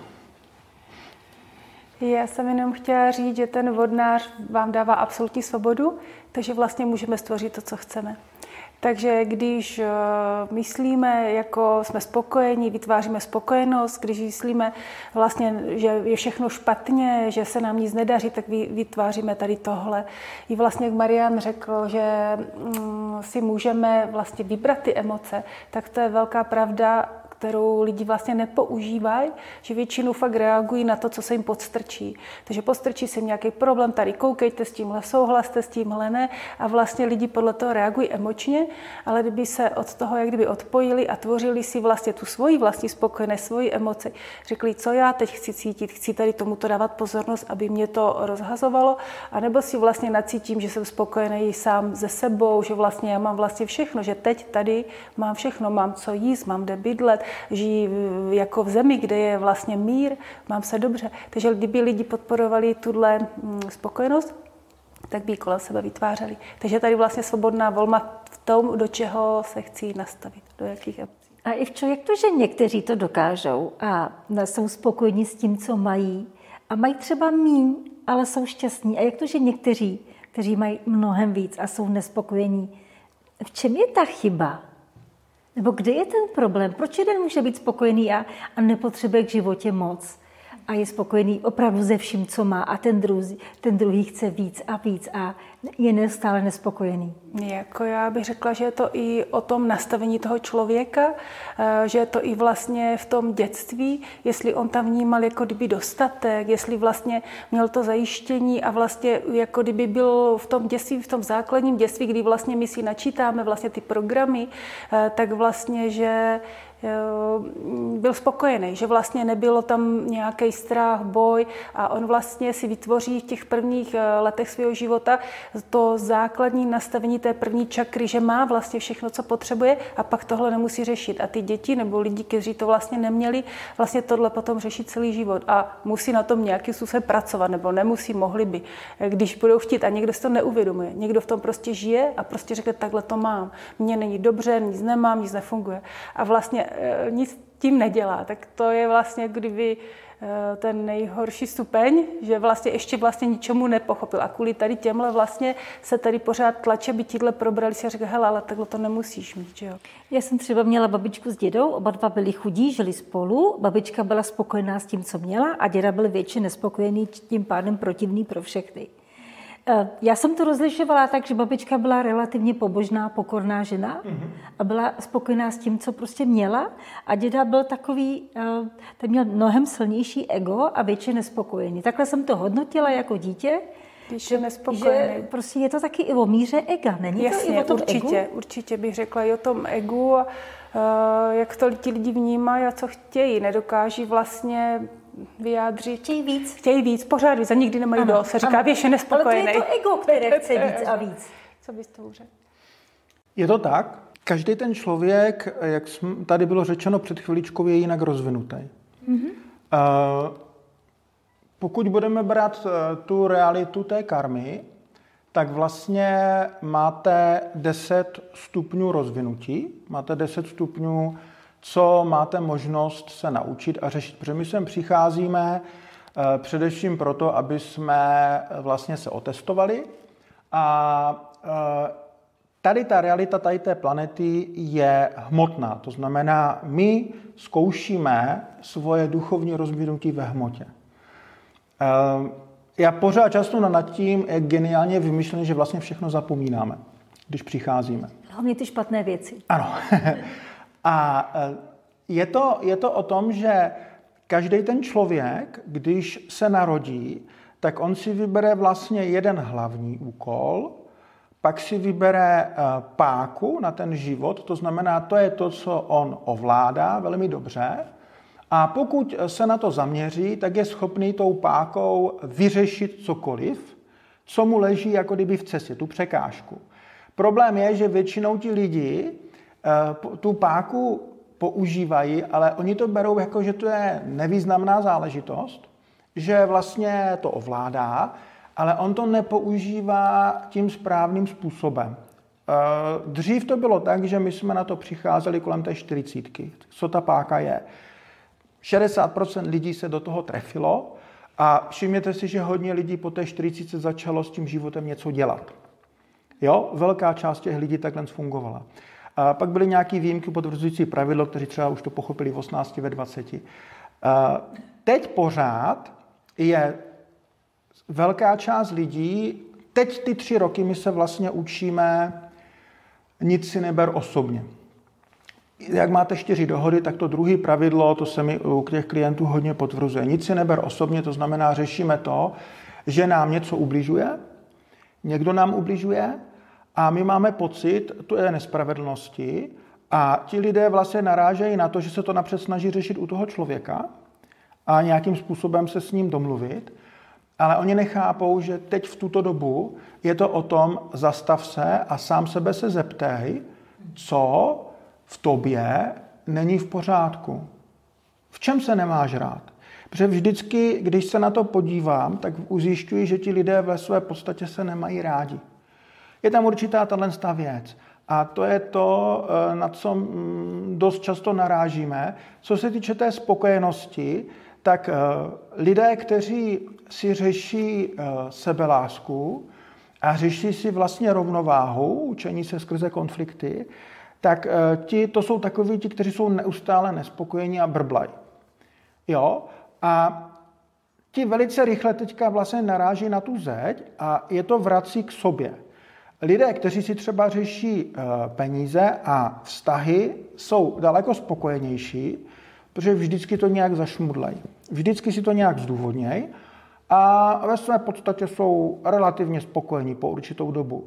Já jsem jenom chtěla říct, že ten vodnář vám dává absolutní svobodu, takže vlastně můžeme stvořit to, co chceme. Takže když myslíme, jako jsme spokojení, vytváříme spokojenost, když myslíme vlastně, že je všechno špatně, že se nám nic nedaří, tak vytváříme tady tohle. I vlastně, jak Marian řekl, že si můžeme vlastně vybrat ty emoce, tak to je velká pravda, kterou lidi vlastně nepoužívají, že většinou fakt reagují na to, co se jim podstrčí. Takže podstrčí se nějaký problém, tady koukejte s tímhle, souhlaste s tímhle, ne. A vlastně lidi podle toho reagují emočně, ale kdyby se od toho jak kdyby odpojili a tvořili si vlastně tu svoji vlastní spokojenost, svoji emoci, řekli, co já teď chci cítit, chci tady tomuto dávat pozornost, aby mě to rozhazovalo, anebo si vlastně nacítím, že jsem spokojený sám se sebou, že vlastně já mám vlastně všechno, že teď tady mám všechno, mám co jíst, mám kde bydlet, žijí jako v zemi, kde je vlastně mír, mám se dobře. Takže kdyby lidi podporovali tuhle spokojenost, tak by ji kolem sebe vytvářeli. Takže tady vlastně svobodná volba v tom, do čeho se chci nastavit, do jakých emocí. A Ivčo, jak to, že někteří to dokážou a jsou spokojení s tím, co mají a mají třeba míň, ale jsou šťastní. A jak to, že někteří, kteří mají mnohem víc a jsou nespokojení, v čem je ta chyba? Nebo kde je ten problém? Proč jeden může být spokojený a nepotřebuje k životě moc? A je spokojený opravdu ze vším, co má a ten druhý chce víc a je neustále nespokojený. Jako já bych řekla, že je to i o tom nastavení toho člověka, že je to i vlastně v tom dětství, jestli on tam vnímal jako kdyby dostatek, jestli vlastně měl to zajištění a vlastně jako kdyby byl v tom dětství, v tom základním dětství, kdy vlastně my si načítáme vlastně ty programy, tak vlastně, že byl spokojený, že vlastně nebylo tam nějaký strach, boj a on vlastně si vytvoří v těch prvních letech svého života to základní nastavení té první čakry, že má vlastně všechno, co potřebuje a pak tohle nemusí řešit. A ty děti nebo lidi, kteří to vlastně neměli, vlastně tohle potom řešit celý život a musí na tom nějakým způsobem pracovat nebo nemusí, mohli by, když budou chtít a někdo si to neuvědomuje. Někdo v tom prostě žije a prostě řekne, takhle to mám. Mně není dobře, nic nemám, nic nefunguje. A vlastně nic tím nedělá. Tak to je vlastně kdyby ten nejhorší stupeň, že vlastně ještě vlastně ničemu nepochopil. A kvůli tady těmhle vlastně se tady pořád tlače, by tíhle probrali si a řekl, hele, ale takhle to nemusíš mít, že jo. Já jsem třeba měla babičku s dědou, oba dva byli chudí, žili spolu, babička byla spokojená s tím, co měla a děda byl většině nespokojený, tím pádem protivný pro všechny. Já jsem to rozlišovala tak, že babička byla relativně pobožná, pokorná žena a byla spokojená s tím, co prostě měla a děda byl takový, ten měl mnohem silnější ego a většině nespokojený. Takhle jsem to hodnotila jako dítě, že prostě je to taky i o míře ega, není jasně, to i o tom určitě, egu? Určitě bych řekla i o tom egu, jak to ti lidi vnímají a co chtějí, nedokáží vlastně vyjádřit. Chtějí víc, pořád víc a nikdy nemají dost. Se říká, věš, je nespokojený. Ale to je to ego, které chce víc a víc. Co bys to řekl? Je to tak. Každý ten člověk, jak tady bylo řečeno před chviličkou, je jinak rozvinutý. Pokud budeme brát tu realitu té karmy, tak vlastně máte 10 stupňů rozvinutí, máte 10 stupňů, co máte možnost se naučit a řešit. Protože my sem přicházíme především proto, aby jsme vlastně se otestovali a tady ta realita tady té planety je hmotná. To znamená, my zkoušíme svoje duchovní rozvinutí ve hmotě. Já pořád často nad tím, jak geniálně vymyšlené, že vlastně všechno zapomínáme, když přicházíme. Hlavně ty špatné věci. Ano. A je to o tom, že každý ten člověk, když se narodí, tak on si vybere vlastně jeden hlavní úkol, pak si vybere páku na ten život, to znamená, to je to, co on ovládá velmi dobře. A pokud se na to zaměří, tak je schopný tou pákou vyřešit cokoliv, co mu leží jako kdyby v cestě, tu překážku. Problém je, že většinou ti lidi tu páku používají, ale oni to berou jako, že to je nevýznamná záležitost, že vlastně to ovládá, ale on to nepoužívá tím správným způsobem. Dřív to bylo tak, že my jsme na to přicházeli kolem té 40, co ta páka je. 60% lidí se do toho trefilo a všimněte si, že hodně lidí po té 40 začalo s tím životem něco dělat. Jo, velká část těch lidí takhle fungovala. A pak byly nějaké výjimky potvrzující pravidlo, kteří třeba už to pochopili v 18, ve 20. Teď pořád je velká část lidí, teď ty 3 roky my se vlastně učíme nic si neber osobně. Jak máte 4 dohody, tak to druhé pravidlo, to se mi u těch klientů hodně potvrzuje. Nic si neber osobně, to znamená, řešíme to, že nám něco ubližuje, někdo nám ubližuje a my máme pocit té nespravedlnosti a ti lidé vlastně narážejí na to, že se to napřed snaží řešit u toho člověka a nějakým způsobem se s ním domluvit, ale oni nechápou, že teď v tuto dobu je to o tom, zastav se a sám sebe se zeptej, co v tobě není v pořádku. V čem se nemáš rád? Protože vždycky, když se na to podívám, tak zjišťuji, že ti lidé ve své podstatě se nemají rádi. Je tam určitá tato věc. A to je to, na co dost často narážíme. Co se týče té spokojenosti, tak lidé, kteří si řeší sebelásku a řeší si vlastně rovnováhu, učení se skrze konflikty, tak to jsou takoví ti, kteří jsou neustále nespokojení a brblají. Jo? A ti velice rychle teďka vlastně naráží na tu zeď a je to vrací k sobě. Lidé, kteří si třeba řeší peníze a vztahy, jsou daleko spokojenější, protože vždycky to nějak zašmudlají. Vždycky si to nějak zdůvodnějí a ve své podstatě jsou relativně spokojení po určitou dobu.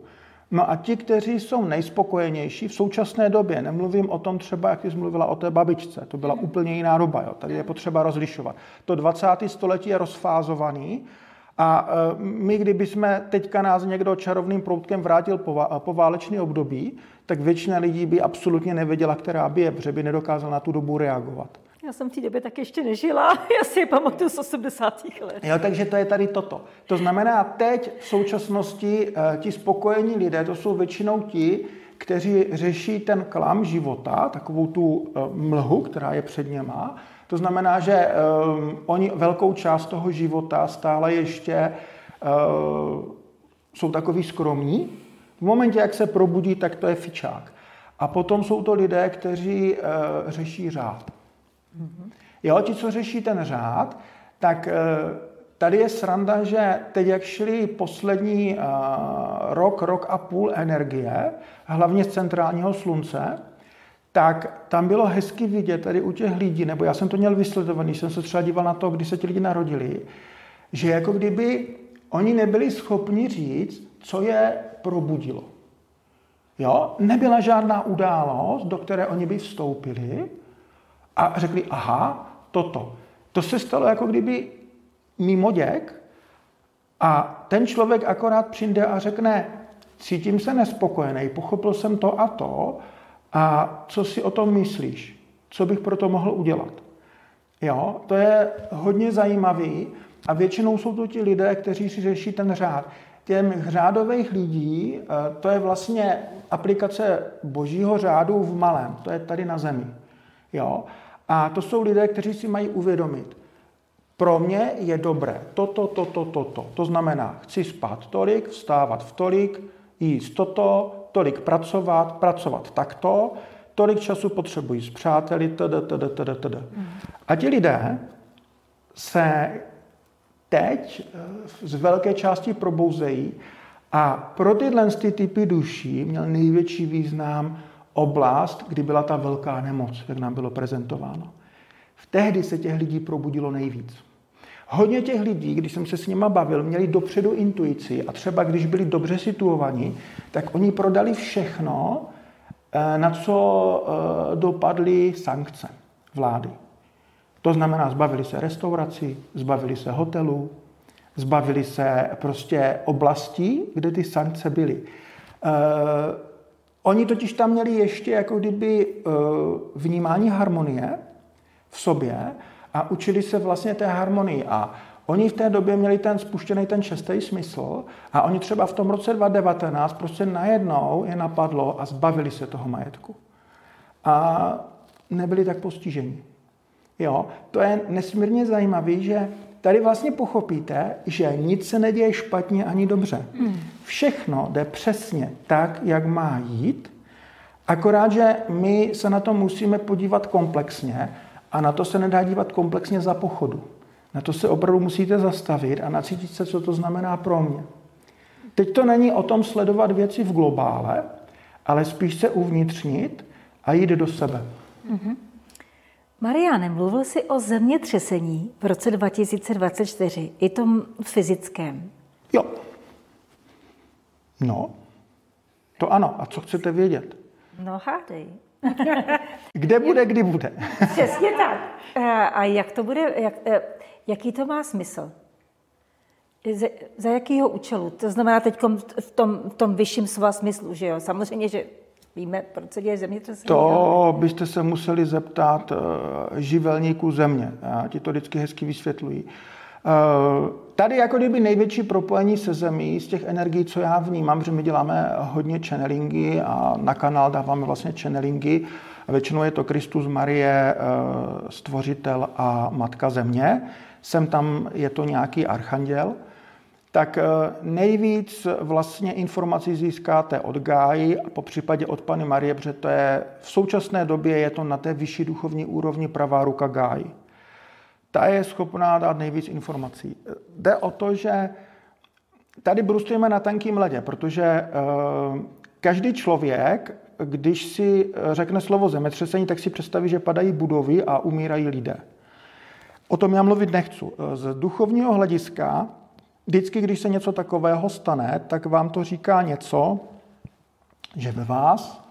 No a ti, kteří jsou nejspokojenější v současné době, nemluvím o tom třeba, jak jsi mluvila o té babičce, to byla úplně jiná doba, jo. Tady je potřeba rozlišovat. To 20. století je rozfázovaný a my, kdybychom teďka nás někdo čarovným proutkem vrátil po válečné období, tak většina lidí by absolutně nevěděla, která by je, protože by nedokázala na tu dobu reagovat. Já jsem v té době tak ještě nežila, já si je pamatuju z 80. let. Jo, takže to je tady toto. To znamená, teď v současnosti ti spokojení lidé, to jsou většinou ti, kteří řeší ten klam života, takovou tu mlhu, která je před něma. To znamená, že oni velkou část toho života stále ještě jsou takový skromní. V momentě, jak se probudí, tak to je fičák. A potom jsou to lidé, kteří řeší řád. Jo, ti, co řeší ten řád, tak tady je sranda, že teď, jak šli poslední rok a půl energie, hlavně z centrálního slunce, tak tam bylo hezky vidět tady u těch lidí, nebo já jsem to měl vysledovaný, jsem se třeba díval na to, kdy se ti lidi narodili, že jako kdyby oni nebyli schopni říct, co je probudilo. Jo, nebyla žádná událost, do které oni by vstoupili, a řekli, aha, toto. To se stalo jako kdyby mimoděk a ten člověk akorát přijde a řekne, cítím se nespokojený, pochopil jsem to a co si o tom myslíš? Co bych pro to mohl udělat? Jo, to je hodně zajímavý a většinou jsou to ti lidé, kteří si řeší ten řád. Těm řádových lidí, to je vlastně aplikace božího řádu v malém, to je tady na zemi. Jo? A to jsou lidé, kteří si mají uvědomit, pro mě je dobré toto. To znamená, chci spát tolik, vstávat v tolik, jíst toto, tolik pracovat takto, tolik času potřebuji s přáteli, td. A ti lidé se teď z velké části probouzejí a pro tyhle typy duší měl největší význam oblast, kdy byla ta velká nemoc, jak nám bylo prezentováno. Tehdy se těch lidí probudilo nejvíc. Hodně těch lidí, když jsem se s nima bavil, měli dopředu intuici a třeba když byli dobře situovaní, tak oni prodali všechno, na co dopadly sankce vlády. To znamená, zbavili se restaurací, zbavili se hotelů, zbavili se prostě oblastí, kde ty sankce byly. Oni totiž tam měli ještě jako kdyby vnímání harmonie v sobě a učili se vlastně té harmonii. A oni v té době měli ten spuštěný ten šestý smysl a oni třeba v tom roce 2019 prostě najednou je napadlo a zbavili se toho majetku. A nebyli tak postiženi. Jo, to je nesmírně zajímavé, že tady vlastně pochopíte, že nic se neděje špatně ani dobře. Všechno jde přesně tak, jak má jít, akorát, že my se na to musíme podívat komplexně a na to se nedá dívat komplexně za pochodu. Na to se opravdu musíte zastavit a nacítit se, co to znamená pro mě. Teď to není o tom sledovat věci v globále, ale spíš se uvnitřnit a jít do sebe. Mariane, mluvil jsi o zemětřesení v roce 2024, i tom fyzickém. Jo. No, to ano. A co chcete vědět? No hádej. Kde bude, kdy bude. Přesně tak. A jak to bude, jaký to má smysl? Za jakýho účelu? To znamená teď v tom vyšším slova smyslu, že jo? Samozřejmě, že víme, proč se děje zemětřesení. To byste se museli zeptat živelníků země. Já ti to vždycky hezky vysvětluji. Tady jako kdyby největší propojení se zemí z těch energií, co já vnímám, že my děláme hodně channelingy a na kanál dáváme vlastně channelingy. Většinou je to Kristus, Marie, Stvořitel a Matka Země. Sem tam je to nějaký archanděl. Tak nejvíc vlastně informací získáte od Gáji a po případě od Panny Marie, protože to je, v současné době je to na té vyšší duchovní úrovni pravá ruka Gáji. Ta je schopná dát nejvíc informací. Jde o to, že tady brustujeme na tankým ledě, protože každý člověk, když si řekne slovo zemětřesení, tak si představí, že padají budovy a umírají lidé. O tom já mluvit nechci. Z duchovního hlediska, vždycky, když se něco takového stane, tak vám to říká něco že ve vás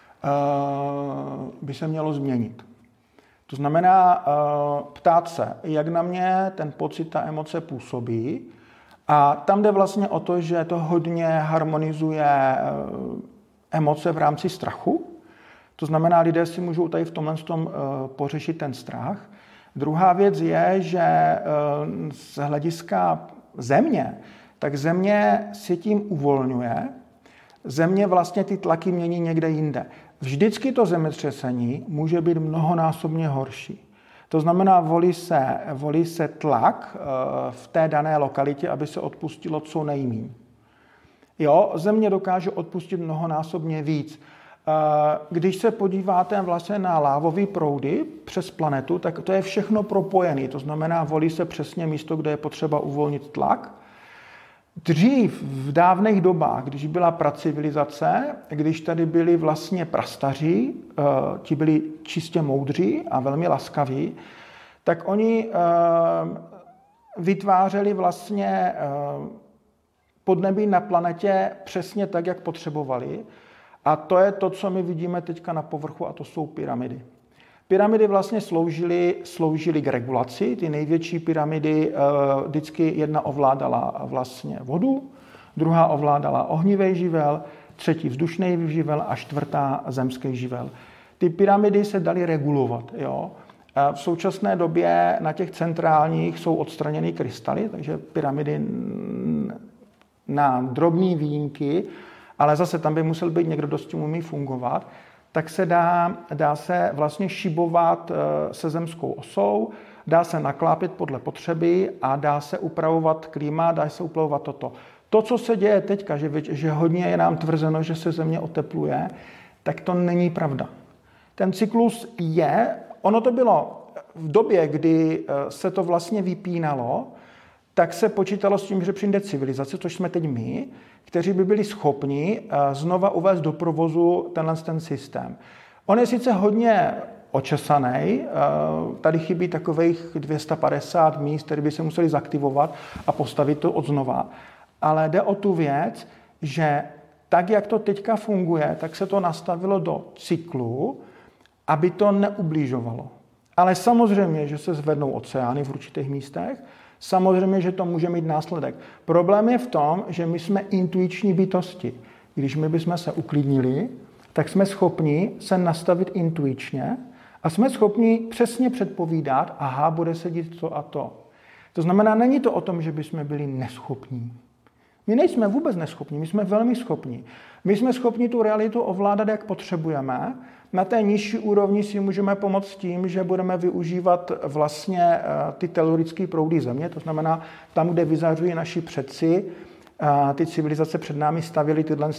by se mělo změnit. To znamená ptát se, jak na mě ten pocit, ta emoce působí. A tam jde vlastně o to, že to hodně harmonizuje emoce v rámci strachu. To znamená, lidé si můžou tady v tomhle pořešit ten strach. Druhá věc je, že z hlediska země, tak země si tím uvolňuje. Země vlastně ty tlaky mění někde jinde. Vždycky to zemětřesení může být mnohonásobně horší. To znamená, volí se tlak v té dané lokalitě, aby se odpustilo co nejméně. Jo, země dokáže odpustit mnohonásobně víc. Když se podíváte vlastně na lávové proudy přes planetu, tak to je všechno propojené. To znamená, volí se přesně místo, kde je potřeba uvolnit tlak. Dřív, v dávných dobách, když byla pracivilizace, když tady byli vlastně prastaří, ti byli čistě moudří a velmi laskaví, tak oni vytvářeli vlastně podnebí na planetě přesně tak, jak potřebovali. A to je to, co my vidíme teďka na povrchu, a to jsou pyramidy. Pyramidy vlastně sloužily k regulaci. Ty největší pyramidy vždycky jedna ovládala vlastně vodu, druhá ovládala ohnivý živel, třetí vzdušný živel a čtvrtá zemský živel. Ty pyramidy se daly regulovat. Jo? V současné době na těch centrálních jsou odstraněny krystaly, takže pyramidy na drobné výjimky, ale zase tam by musel být někdo, kdo s tím umí fungovat, tak se dá se vlastně šibovat se zemskou osou, dá se naklápět podle potřeby a dá se upravovat klima, dá se upravovat toto. To, co se děje teďka, že hodně je nám tvrzeno, že se země otepluje, tak to není pravda. Ten cyklus ono to bylo v době, kdy se to vlastně vypínalo, tak se počítalo s tím, že přijde civilizace, což jsme teď my, kteří by byli schopni znova uvést do provozu ten systém. On je sice hodně očesaný, tady chybí takových 250 míst, které by se museli zaktivovat a postavit to odznova, ale jde o tu věc, že tak, jak to teďka funguje, tak se to nastavilo do cyklu, aby to neubližovalo. Ale samozřejmě, že se zvednou oceány v určitých místech, samozřejmě, že to může mít následek. Problém je v tom, že my jsme intuiční bytosti. Když my bychom se uklidnili, tak jsme schopni se nastavit intuičně a jsme schopni přesně předpovídat, bude se dít to a to. To znamená, není to o tom, že bychom byli neschopní. My nejsme vůbec neschopní, my jsme velmi schopní. My jsme schopni tu realitu ovládat, jak potřebujeme. Na té nižší úrovni si můžeme pomoct tím, že budeme využívat vlastně ty telurické proudy země, to znamená tam, kde vyzařují naši předci, ty civilizace před námi stavěly tyhle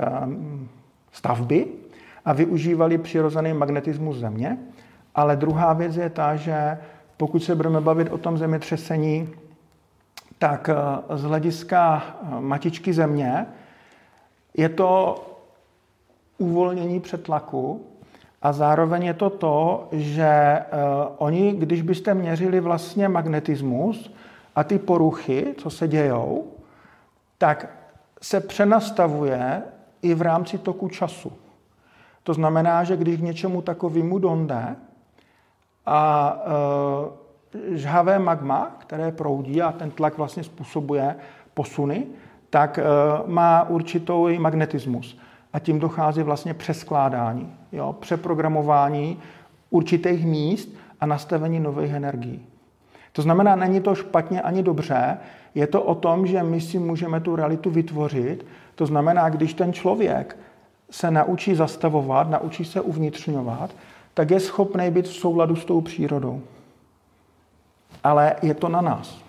stavby a využívali přirozený magnetismus země. Ale druhá věc je ta, že pokud se budeme bavit o tom zemětřesení, tak z hlediska matičky země je to uvolnění přetlaku a zároveň je to, že oni, když byste měřili vlastně magnetismus a ty poruchy, co se dějou, tak se přenastavuje i v rámci toku času. To znamená, že když k něčemu takovému dojde a žhavé magma, které proudí a ten tlak vlastně způsobuje posuny, tak má určitou magnetismus. A tím dochází vlastně přeskládání, přeprogramování určitých míst a nastavení nových energií. To znamená, není to špatně ani dobře, je to o tom, že my si můžeme tu realitu vytvořit. To znamená, když ten člověk se naučí zastavovat, naučí se uvnitřňovat, tak je schopný být v souladu s tou přírodou. Ale je to na nás.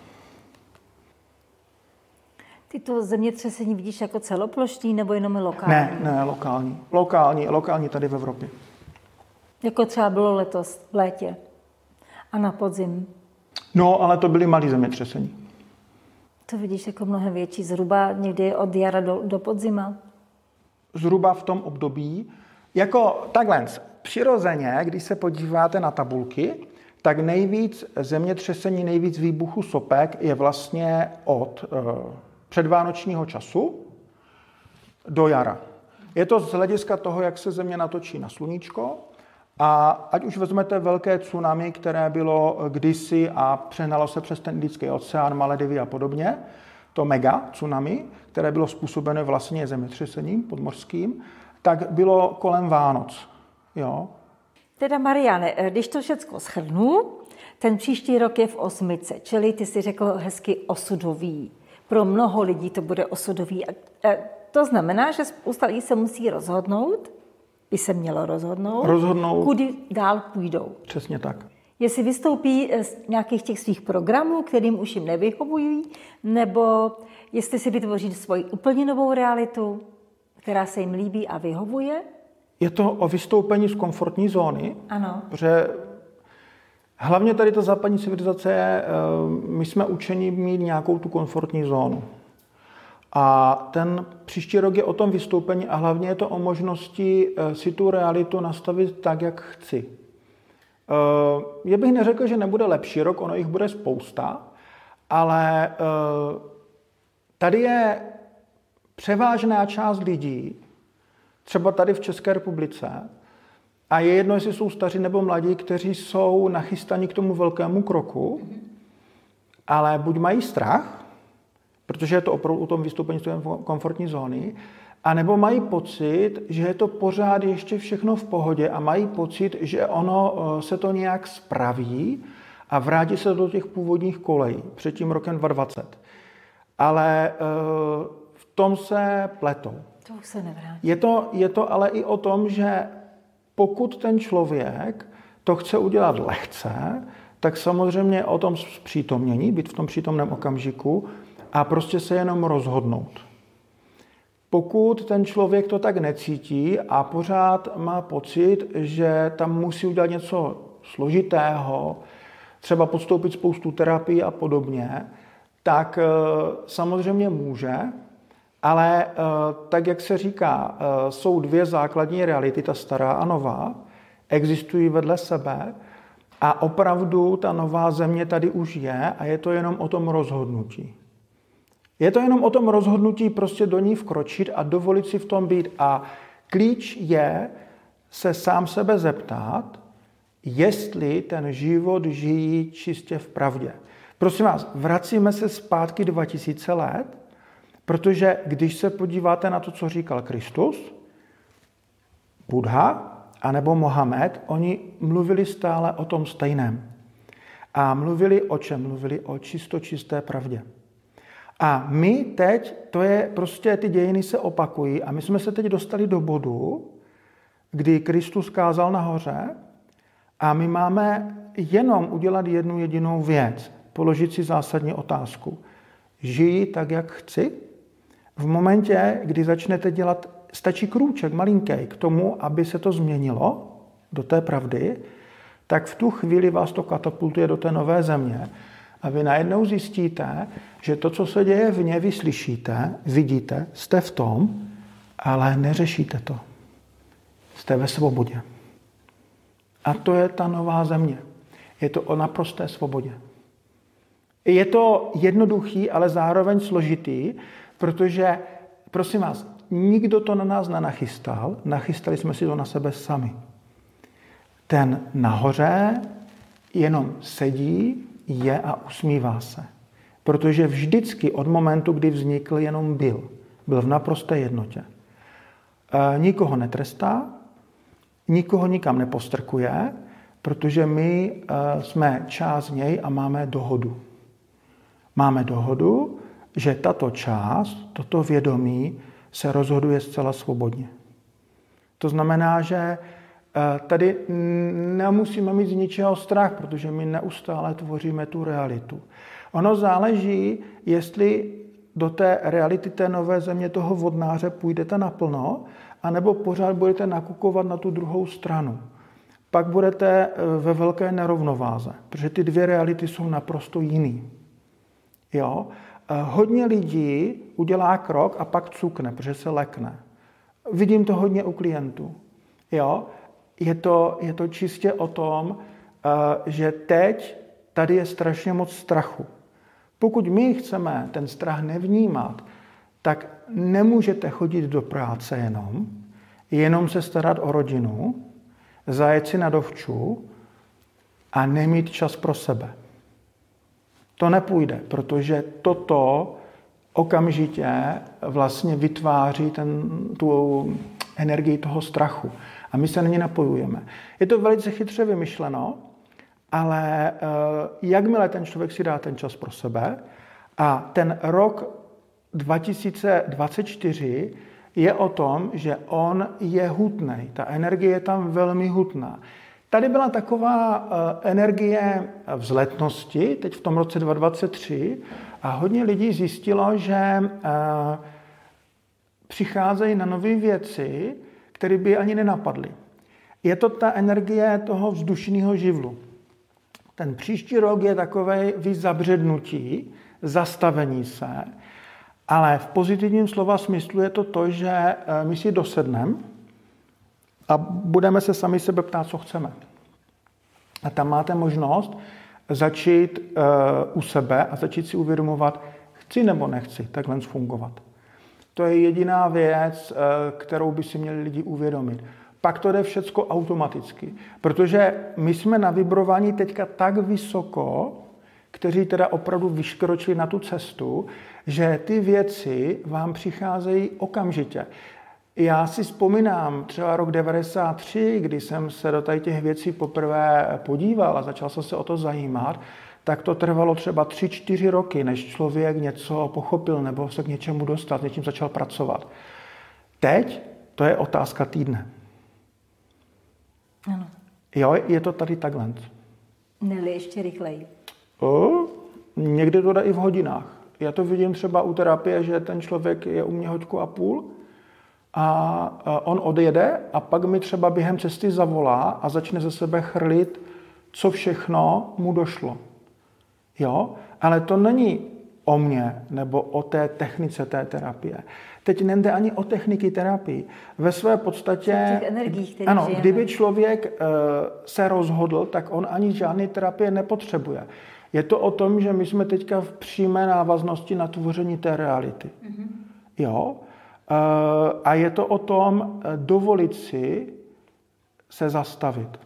Ty to zemětřesení vidíš jako celoplošný nebo jenom lokální? Ne, lokální tady v Evropě. Jako třeba bylo letos v létě a na podzim. No, ale to byly malé zemětřesení. To vidíš jako mnohem větší, zhruba někdy od jara do podzima? Zhruba v tom období. Jako takhle, přirozeně, když se podíváte na tabulky, tak nejvíc zemětřesení, nejvíc výbuchu sopek je vlastně od předvánočního času do jara. Je to z hlediska toho, jak se Země natočí na sluníčko. A ať už vezmete velké tsunami, které bylo kdysi a přehnalo se přes ten Indický oceán, Maledivy a podobně, to mega tsunami, které bylo způsobeno vlastně zemětřesením podmořským, tak bylo kolem Vánoc. Jo? Teda Mariane, když to všechno shrnu, ten příští rok je v 8, čili ty si řekl hezky osudový. Pro mnoho lidí to bude osudový. To znamená, že spousta lidí se musí rozhodnout, by se mělo rozhodnout, kudy dál půjdou. Přesně tak. Jestli vystoupí z nějakých těch svých programů, kterým už jim nevyhovují, nebo jestli si vytvoří svoji úplně novou realitu, která se jim líbí a vyhovuje. Je to o vystoupení z komfortní zóny. Ano. Protože hlavně tady ta západní civilizace je, my jsme učeni mít nějakou tu komfortní zónu. A ten příští rok je o tom vystoupení a hlavně je to o možnosti si tu realitu nastavit tak, jak chci. Já bych neřekl, že nebude lepší rok, ono jich bude spousta, ale tady je převážná část lidí, třeba tady v České republice, a je jedno, jestli jsou staří nebo mladí, kteří jsou nachystaní k tomu velkému kroku, ale buď mají strach, protože je to opravdu o tom vystoupení z té komfortní zóny, anebo mají pocit, že je to pořád ještě všechno v pohodě a mají pocit, že ono se to nějak spraví a vrátí se do těch původních kolejí před tím rokem 2020. Ale v tom se pletou. To už se nevrátí. Je to ale i o tom, že pokud ten člověk to chce udělat lehce, tak samozřejmě o tom zpřítomnění, být v tom přítomném okamžiku a prostě se jenom rozhodnout. Pokud ten člověk to tak necítí a pořád má pocit, že tam musí udělat něco složitého, třeba podstoupit spoustu terapii a podobně, tak samozřejmě může, ale tak, jak se říká, jsou dvě základní reality, ta stará a nová, existují vedle sebe a opravdu ta nová země tady už je a je to jenom o tom rozhodnutí. Je to jenom o tom rozhodnutí prostě do ní vkročit a dovolit si v tom být. A klíč je se sám sebe zeptat, jestli ten život žijí čistě v pravdě. Prosím vás, vracíme se zpátky 2000 let, protože když se podíváte na to, co říkal Kristus, Buddha anebo Mohamed, oni mluvili stále o tom stejném. A mluvili o čem? Mluvili o čisté pravdě. A my teď, to je prostě, ty dějiny se opakují a my jsme se teď dostali do bodu, kdy Kristus kázal nahoře a my máme jenom udělat jednu jedinou věc, položit si zásadní otázku. Žiji tak, jak chci? V momentě, kdy začnete dělat, stačí krůček malinký k tomu, aby se to změnilo do té pravdy, tak v tu chvíli vás to katapultuje do té nové země. A vy najednou zjistíte, že to, co se děje vně, vy slyšíte, vidíte, jste v tom, ale neřešíte to. Jste ve svobodě. A to je ta nová země. Je to o naprosté svobodě. Je to jednoduchý, ale zároveň složitý, protože, prosím vás, nikdo to na nás nenachystal, nachystali jsme si to na sebe sami. Ten nahoře jenom sedí, je a usmívá se. Protože vždycky od momentu, kdy vznikl, jenom byl. Byl v naprosté jednotě. Nikoho netrestá, nikoho nikam nepostrkuje, protože my jsme část něj a máme dohodu. Máme dohodu, že tato část, toto vědomí se rozhoduje zcela svobodně. To znamená, že tady nemusíme mít z ničeho strach, protože my neustále tvoříme tu realitu. Ono záleží, jestli do té reality té nové země, toho vodnáře půjdete naplno, anebo pořád budete nakukovat na tu druhou stranu. Pak budete ve velké nerovnováze, protože ty dvě reality jsou naprosto jiný. Jo? Hodně lidí udělá krok a pak cukne, protože se lekne. Vidím to hodně u klientů. Jo? Je to čistě o tom, že teď tady je strašně moc strachu. Pokud my chceme ten strach nevnímat, tak nemůžete chodit do práce jenom, jenom se starat o rodinu, zajet si na dovču a nemít čas pro sebe. To nepůjde, protože toto okamžitě vlastně vytváří tu energii toho strachu. A my se na ně napojujeme. Je to velice chytře vymyšleno, ale jakmile ten člověk si dá ten čas pro sebe a ten rok 2024 je o tom, že on je hutný. Ta energie je tam velmi hutná. Tady byla taková energie vzletnosti, teď v tom roce 2023, a hodně lidí zjistilo, že přicházejí na nové věci, které by ani nenapadly. Je to ta energie toho vzdušného živlu. Ten příští rok je takové zabřednutí, zastavení se, ale v pozitivním slova smyslu je to, že my si dosedneme a budeme se sami sebe ptát, co chceme. A tam máte možnost začít u sebe a začít si uvědomovat, chci nebo nechci takhle fungovat. To je jediná věc, kterou by si měli lidi uvědomit. Pak to jde všecko automaticky, protože my jsme na vibrování teďka tak vysoko, kteří teda opravdu vyškročili na tu cestu, že ty věci vám přicházejí okamžitě. Já si vzpomínám třeba rok 93, kdy jsem se do těch věcí poprvé podíval a začal jsem se o to zajímat, tak to trvalo třeba 3-4 roky, než člověk něco pochopil nebo se k něčemu dostal, s něčím začal pracovat. Teď to je otázka týdne. Ano. Jo, je to tady takhle. Ne-li ještě rychleji. Někdy to jde i v hodinách. Já to vidím třeba u terapie, že ten člověk je u mě 1,5 hodiny a on odjede a pak mi třeba během cesty zavolá a začne ze sebe chrlit, co všechno mu došlo. Jo? Ale to není o mně nebo o té technice té terapie. Teď nejde ani o techniky terapii. Ve své podstatě, ano, kdyby člověk se rozhodl, tak on ani žádný terapie nepotřebuje. Je to o tom, že my jsme teďka v přímé návaznosti na tvoření té reality. Mm-hmm. Jo? A je to o tom dovolit si se zastavit.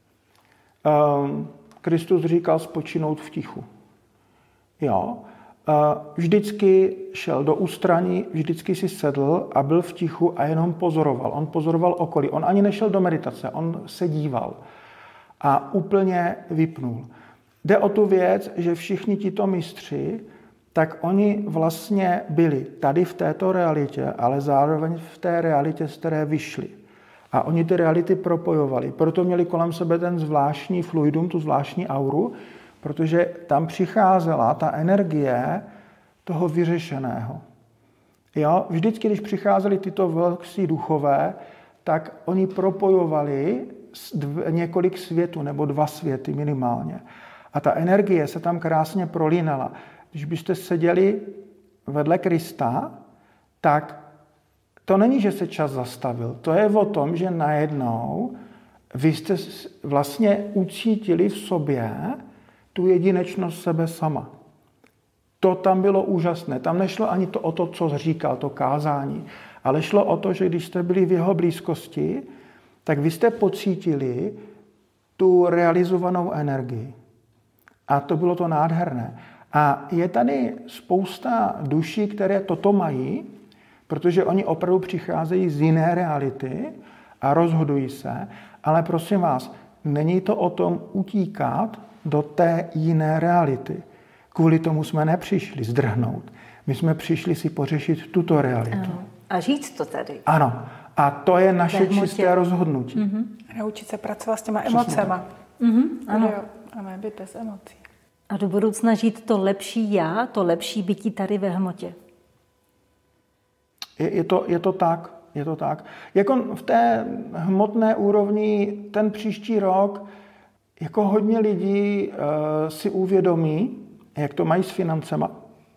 Kristus říkal spočinout v tichu. Jo? Vždycky šel do ústraní, vždycky si sedl a byl v tichu a jenom pozoroval. On pozoroval okolí. On ani nešel do meditace, on se díval a úplně vypnul. Jde o tu věc, že všichni tito mistři, tak oni vlastně byli tady v této realitě, ale zároveň v té realitě, z které vyšli. A oni ty reality propojovali. Proto měli kolem sebe ten zvláštní fluidum, tu zvláštní auru, protože tam přicházela ta energie toho vyřešeného. Jo? Vždycky, když přicházeli tyto velcí duchové, tak oni propojovali několik světů, nebo 2 světy minimálně. A ta energie se tam krásně prolínala. Když byste seděli vedle Krista, tak to není, že se čas zastavil. To je o tom, že najednou vy jste vlastně ucítili v sobě tu jedinečnost sebe sama. To tam bylo úžasné. Tam nešlo ani o to, co říkal, to kázání, ale šlo o to, že když jste byli v jeho blízkosti, tak vy jste pocítili tu realizovanou energii. A to bylo to nádherné. A je tady spousta duší, které toto mají, protože oni opravdu přicházejí z jiné reality a rozhodují se, ale prosím vás, není to o tom utíkat do té jiné reality. Kvůli tomu jsme nepřišli zdrhnout. My jsme přišli si pořešit tuto realitu. Ano. A říct to tady. Ano. A to je naše čisté rozhodnutí. Mm-hmm. Naučit se pracovat s těma emocema. Mm-hmm. Ano. A ne být bez emocí. A do budoucna žít to lepší já, to lepší bytí tady ve hmotě. Je to tak. Je to tak. Jako v té hmotné úrovni ten příští rok jako hodně lidí si uvědomí, jak to mají s financema.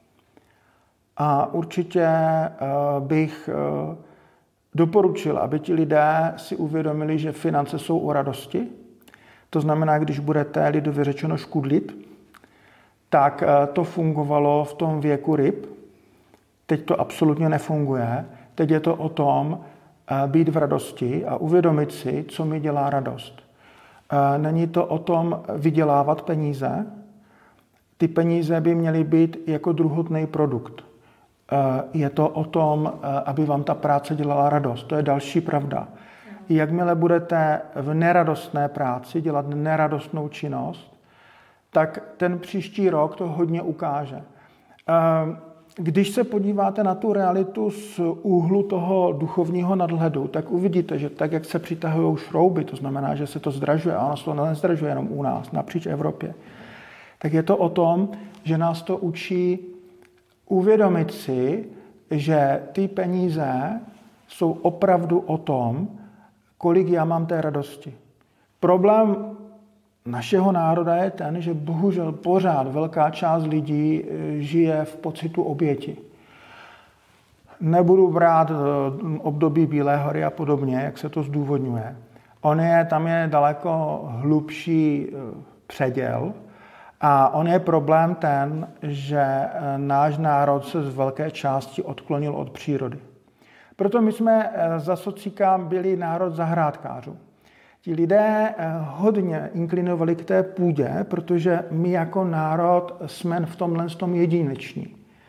A určitě bych doporučil, aby ti lidé si uvědomili, že finance jsou o radosti. To znamená, když budete lidově řečeno škudlit, tak to fungovalo v tom věku ryb. Teď to absolutně nefunguje. Teď je to o tom být v radosti a uvědomit si, co mi dělá radost. Není to o tom vydělávat peníze. Ty peníze by měly být jako druhotný produkt. Je to o tom, aby vám ta práce dělala radost. To je další pravda. Jakmile budete v neradostné práci dělat neradostnou činnost, tak ten příští rok to hodně ukáže. Když se podíváte na tu realitu z úhlu toho duchovního nadhledu, tak uvidíte, že tak, jak se přitahují šrouby, to znamená, že se to zdražuje, a ono se to nezdražuje jenom u nás, napříč Evropě, tak je to o tom, že nás to učí uvědomit si, že ty peníze jsou opravdu o tom, kolik já mám té radosti. Problém našeho národa je ten, že bohužel pořád velká část lidí žije v pocitu oběti. Nebudu brát období Bílé hory a podobně, jak se to zdůvodňuje. Tam je daleko hlubší předěl a on je problém ten, že náš národ se z velké části odklonil od přírody. Proto my jsme za socika byli národ zahrádkářů. Ti lidé hodně inklinovali k té půdě, protože my jako národ jsme v tomhle tom jedineční.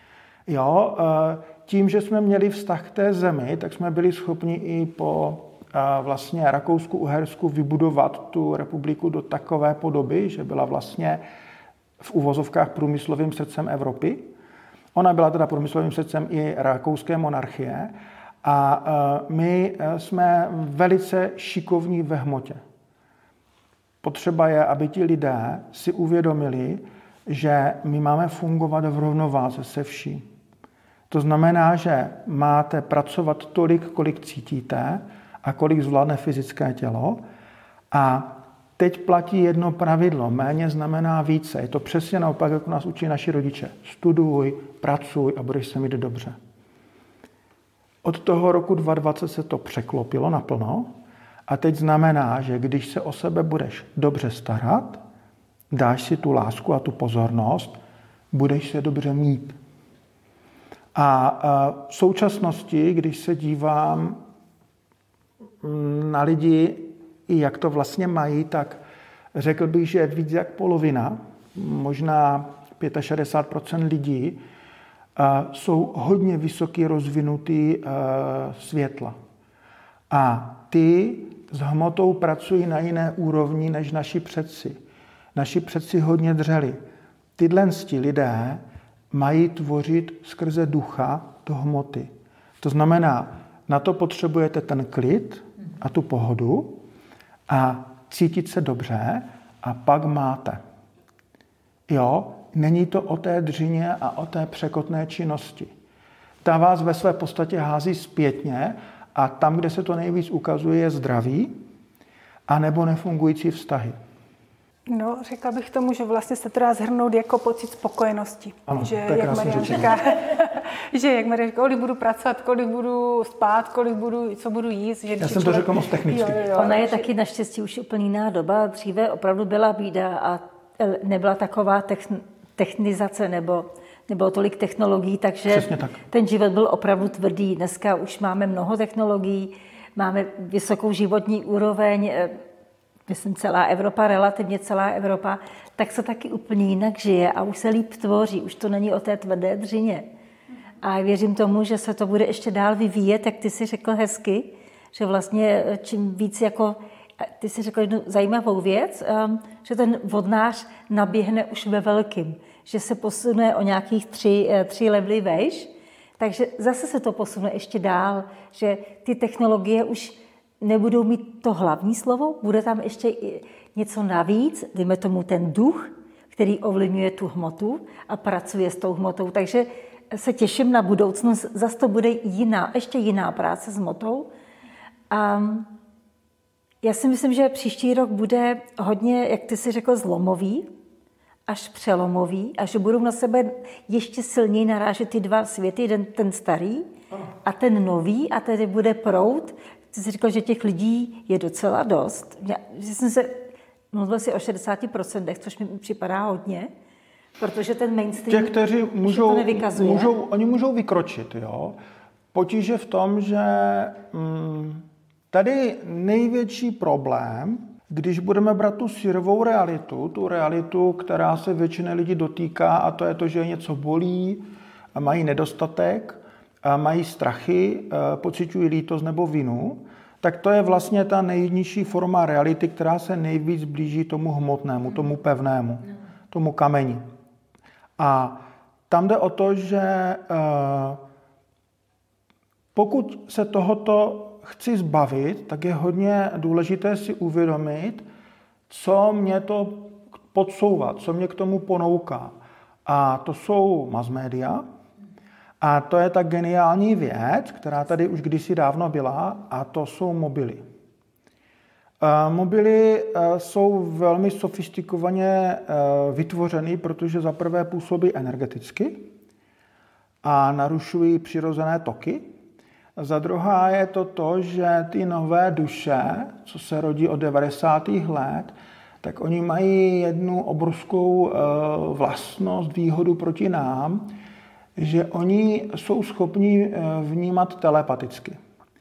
Tím, že jsme měli vztah k té zemi, tak jsme byli schopni i po vlastně Rakousku-Uhersku vybudovat tu republiku do takové podoby, že byla vlastně v uvozovkách průmyslovým srdcem Evropy. Ona byla teda průmyslovým srdcem i rakouské monarchie. A my jsme velice šikovní ve hmotě. Potřeba je, aby ti lidé si uvědomili, že my máme fungovat v rovnováze se vším. To znamená, že máte pracovat tolik, kolik cítíte a kolik zvládne fyzické tělo. A teď platí jedno pravidlo. Méně znamená více. Je to přesně naopak, jak nás učí naši rodiče. Studuj, pracuj a budeš se mít dobře. Od toho roku 2020 se to překlopilo naplno a teď znamená, že když se o sebe budeš dobře starat, dáš si tu lásku a tu pozornost, budeš se dobře mít. A v současnosti, když se dívám na lidi, i jak to vlastně mají, tak řekl bych, že víc jak polovina, možná 65% lidí, jsou hodně vysoky rozvinutý světla. A ty s hmotou pracují na jiné úrovni než naši předci. Naši předci hodně dřeli. Tyhle lidé mají tvořit skrze ducha do hmoty. To znamená, na to potřebujete ten klid a tu pohodu a cítit se dobře a pak máte. Není to o té dřině a o té překotné činnosti. Ta vás ve své podstatě hází zpětně a tam, kde se to nejvíc ukazuje, je zdraví anebo nefungující vztahy. No, řekla bych tomu, že vlastně se to dá shrnout jako pocit spokojenosti. Ano, že, to je krásně řečeno. Že jak Maria říká, kolik budu pracovat, kolik budu spát, co budu jíst. Že já jsem to řekl moc technicky. Ona je taky naštěstí už úplně jiná doba. Dříve opravdu byla bída a nebyla taková technizace nebylo tolik technologií, takže ten život byl opravdu tvrdý. Dneska už máme mnoho technologií, máme vysokou životní úroveň, myslím relativně celá Evropa, tak se taky úplně jinak žije a už se líp tvoří, už to není o té tvrdé dřině. A věřím tomu, že se to bude ještě dál vyvíjet, jak ty si řekl hezky, že vlastně čím víc ty si řekl jednu zajímavou věc, že ten vodnář naběhne už ve velkým, že se posune o nějakých 3 levely vejš, takže zase se to posune ještě dál, že ty technologie už nebudou mít to hlavní slovo, bude tam ještě něco navíc, dejme tomu ten duch, který ovlivňuje tu hmotu a pracuje s tou hmotou, takže se těším na budoucnost, zase to bude ještě jiná práce s hmotou. A já si myslím, že příští rok bude hodně, jak ty jsi řekl, zlomový, až přelomový a že budou na sebe ještě silněji narážet ty dva světy, ten starý a ten nový a tedy bude proud. Ty jsi řekl, že těch lidí je docela dost. Mluvil jsi o 60%, což mi připadá hodně, protože ten mainstream těch, kteří to nevykazuje. Oni můžou vykročit, jo. Potíže v tom, že tady největší problém, když budeme brát tu syrovou realitu, tu realitu, která se většiny lidí dotýká, a to je to, že něco bolí, mají nedostatek, mají strachy, pociťují lítost nebo vinu, tak to je vlastně ta nejnižší forma reality, která se nejvíc blíží tomu hmotnému, tomu pevnému, tomu kameni. A tam jde o to, že pokud se tohoto chci zbavit, tak je hodně důležité si uvědomit, co mě to podsouvá, co mě k tomu ponouká. A to jsou mass media, a to je ta geniální věc, která tady už kdysi dávno byla, a to jsou mobily. Mobily jsou velmi sofistikovaně vytvořeny, protože za prvé působí energeticky a narušují přirozené toky. Za druhé je to, že ty nové duše, co se rodí od 90. let, tak oni mají jednu obrovskou vlastnost, výhodu proti nám, že oni jsou schopni vnímat telepaticky.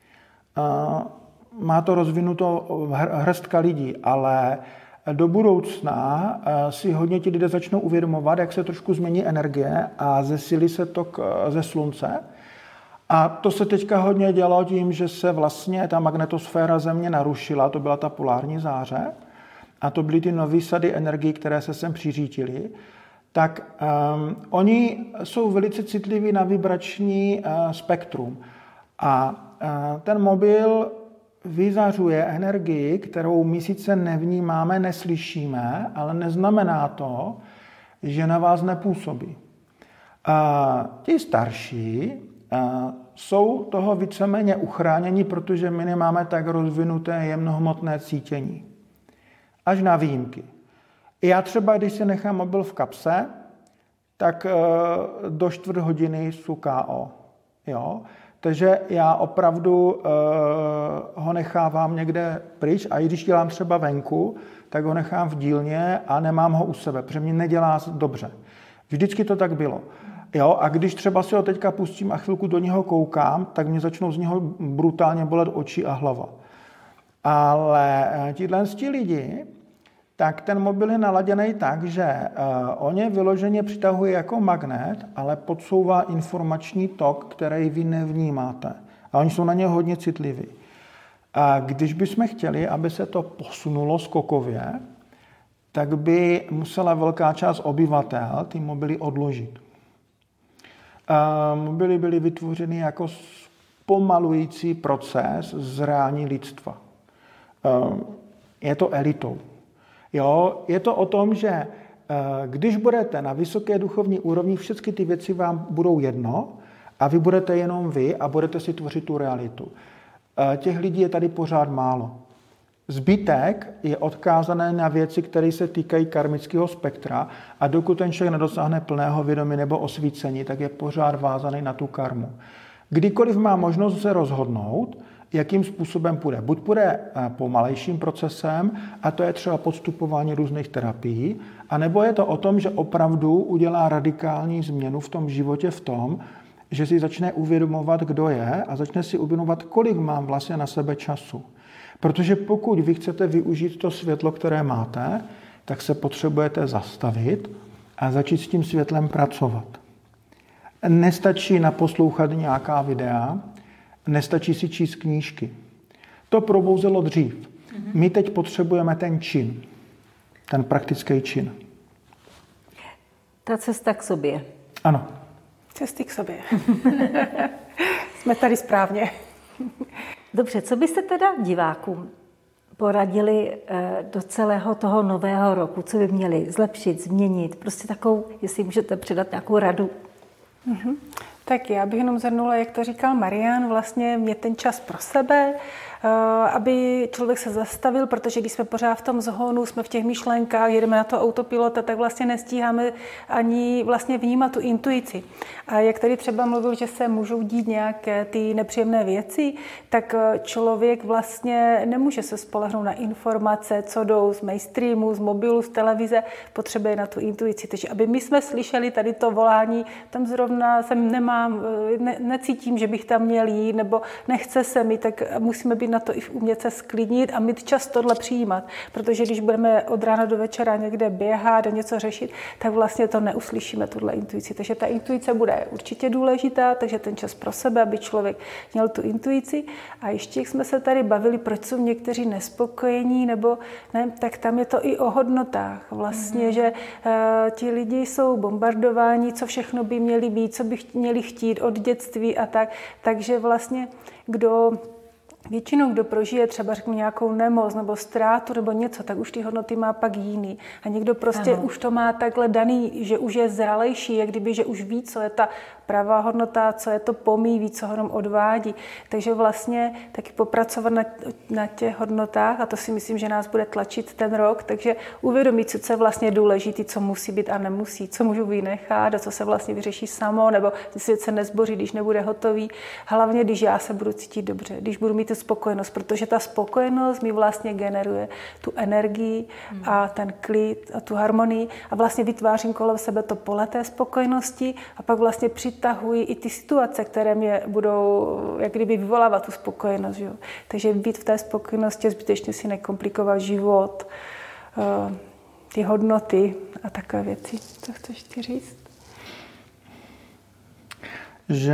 Má to rozvinuto hrstka lidí, ale do budoucna si hodně ti lidé začnou uvědomovat, jak se trošku změní energie a zesílí se tok ze slunce. A to se teďka hodně dělo tím, že se vlastně ta magnetosféra Země narušila, to byla ta polární záře, a to byly ty nový sady energií, které se sem přiřítily. Tak oni jsou velice citliví na vibrační spektrum. A ten mobil vyzařuje energii, kterou my sice nevnímáme, neslyšíme, ale neznamená to, že na vás nepůsobí. Ti starší jsou toho víceméně uchráněni, protože my nemáme tak rozvinuté jemnohmotné cítění. Až na výjimky. Já třeba, když si nechám mobil v kapse, tak do 4 hodiny jsou KO. Jo? Takže já opravdu ho nechávám někde pryč a i když dělám třeba venku, tak ho nechám v dílně a nemám ho u sebe, protože mě nedělá dobře. Vždycky to tak bylo. Jo? A když třeba si ho teďka pustím a chvilku do něho koukám, tak mě začnou z něho brutálně bolet oči a hlava. Ale tihle lidi, tak ten mobil je naladěný tak, že on je vyloženě přitahuje jako magnet, ale podsouvá informační tok, který vy nevnímáte. A oni jsou na ně hodně citliví. A když bychom chtěli, aby se to posunulo skokově, tak by musela velká část obyvatel ty mobily odložit. Mobily byly vytvořeny jako zpomalující proces zrání lidstva. Je to elitou. Jo, je to o tom, že když budete na vysoké duchovní úrovni, všechny ty věci vám budou jedno a vy budete jenom vy a budete si tvořit tu realitu. Těch lidí je tady pořád málo. Zbytek je odkázaný na věci, které se týkají karmického spektra a dokud ten člověk nedosáhne plného vědomí nebo osvícení, tak je pořád vázaný na tu karmu. Kdykoliv má možnost se rozhodnout, jakým způsobem půjde. Buď půjde pomalejším procesem, a to je třeba podstupování různých terapií, anebo je to o tom, že opravdu udělá radikální změnu v tom životě v tom, že si začne uvědomovat, kdo je a začne si uvědomovat, kolik mám vlastně na sebe času. Protože pokud vy chcete využít to světlo, které máte, tak se potřebujete zastavit a začít s tím světlem pracovat. Nestačí naposlouchat nějaká videa, nestačí si číst knížky. To probouzelo dřív. My teď potřebujeme ten čin, ten praktický čin. Ta cesta k sobě. Ano. Cesty k sobě. Jsme tady správně. Dobře, co byste teda divákům poradili do celého toho nového roku? Co by měli zlepšit, změnit? Prostě takovou, jestli můžete předat nějakou radu. Tak já bych jenom zhrnula, jak to říkal Marian, vlastně mě ten čas pro sebe aby člověk se zastavil, protože když jsme pořád v tom zhonu, jsme v těch myšlenkách, jedeme na to autopilota, tak vlastně nestíháme ani vlastně vnímat tu intuici. A jak tady třeba mluvil, že se můžou dít nějaké ty nepříjemné věci, tak člověk vlastně nemůže se spolehnout na informace, co jdou z mainstreamu, z mobilu, z televize, potřebuje na tu intuici. Takže aby my jsme slyšeli tady to volání, tam zrovna necítím, že bych tam měl jít, nebo nechce se mi, tak musíme být na to i umět se sklidnit a mít čas tohle přijímat. Protože když budeme od rána do večera někde běhat a něco řešit, tak vlastně to neuslyšíme, tuhle intuici. Takže ta intuice bude určitě důležitá, takže ten čas pro sebe, aby člověk měl tu intuici. A ještě, jak jsme se tady bavili, proč jsou někteří nespokojení, nebo ne, tak tam je to i o hodnotách. Vlastně, že ti lidi jsou bombardováni, co všechno by měli být, co by měli chtít od dětství a tak. Takže vlastně Většinou, kdo prožije třeba řekněme nějakou nemoc nebo ztrátu nebo něco, tak už ty hodnoty má pak jiný. A někdo prostě už to má takhle daný, že už je zralejší, jak kdyby, že už ví, co je ta pravá hodnota, co je to pomí, ví, co ho jenom odvádí. Takže vlastně taky popracovat na těch hodnotách, a to si myslím, že nás bude tlačit ten rok, takže uvědomit si, co je vlastně důležité, co musí být a nemusí, co můžu vynechat a co se vlastně vyřeší samo, nebo svět se nezboří, když nebude hotový. Hlavně, když já se budu cítit dobře, když budu mít tu spokojenost, protože ta spokojenost mi vlastně generuje tu energii a ten klid a tu harmonii a vlastně vytvářím kolem sebe to pole té spokojenosti a pak vlastně přitahuji i ty situace, které mě budou jak kdyby vyvolávat tu spokojenost. Jo. Takže být v té spokojenosti, zbytečně si nekomplikovat život, ty hodnoty a takové věci. Co chceš ty říct? Že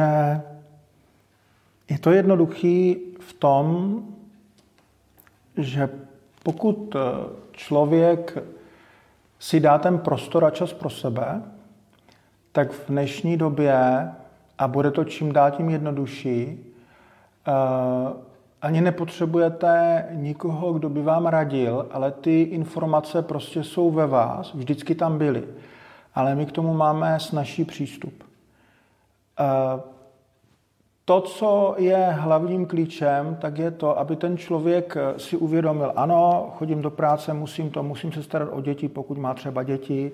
je to jednoduchý v tom, že pokud člověk si dá ten prostor a čas pro sebe, tak v dnešní době, a bude to čím dál tím jednodušší, ani nepotřebujete nikoho, kdo by vám radil, ale ty informace prostě jsou ve vás, vždycky tam byly. Ale my k tomu máme snazší přístup. To, co je hlavním klíčem, tak je to, aby ten člověk si uvědomil, ano, chodím do práce, musím se starat o děti, pokud má třeba děti,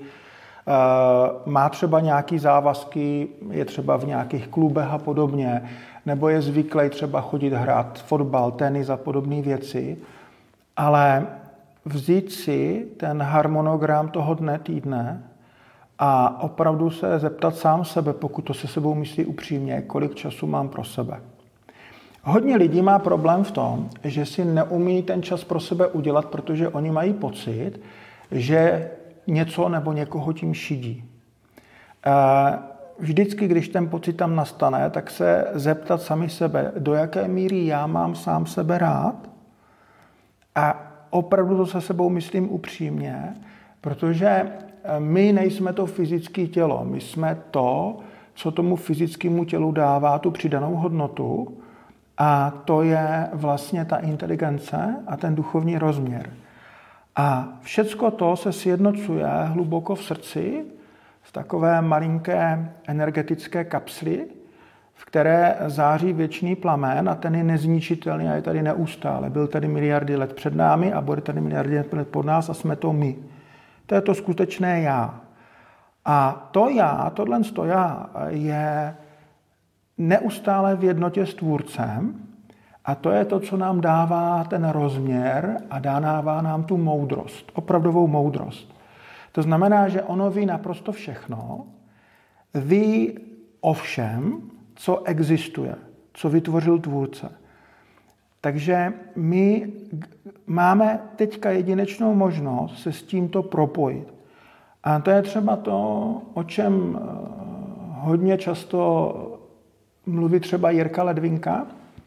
má třeba nějaký závazky, je třeba v nějakých klubech a podobně, nebo je zvyklý třeba chodit hrát fotbal, tenis a podobné věci, ale vzít si ten harmonogram toho dne, týdne a opravdu se zeptat sám sebe, pokud to se sebou myslí upřímně, kolik času mám pro sebe. Hodně lidí má problém v tom, že si neumí ten čas pro sebe udělat, protože oni mají pocit, že něco nebo někoho tím šidí. Vždycky, když ten pocit tam nastane, tak se zeptat sami sebe, do jaké míry já mám sám sebe rád a opravdu to se sebou myslím upřímně, protože my nejsme to fyzické tělo, my jsme to, co tomu fyzickému tělu dává tu přidanou hodnotu a to je vlastně ta inteligence a ten duchovní rozměr. A všecko to se sjednocuje hluboko v srdci, v takové malinké energetické kapsli, v které září věčný plamen a ten je nezničitelný a je tady neustále. Byl tady miliardy let před námi a bude tady miliardy let pod nás a jsme to my. To je to skutečné já. A to já, tohle já je neustále v jednotě s Tvůrcem a to je to, co nám dává ten rozměr a dává nám tu moudrost, opravdovou moudrost. To znamená, že ono ví naprosto všechno, ví o všem, co existuje, co vytvořil Tvůrce. Takže my máme teďka jedinečnou možnost se s tímto propojit. A to je třeba to, o čem hodně často mluví třeba Jirka Ledvinka,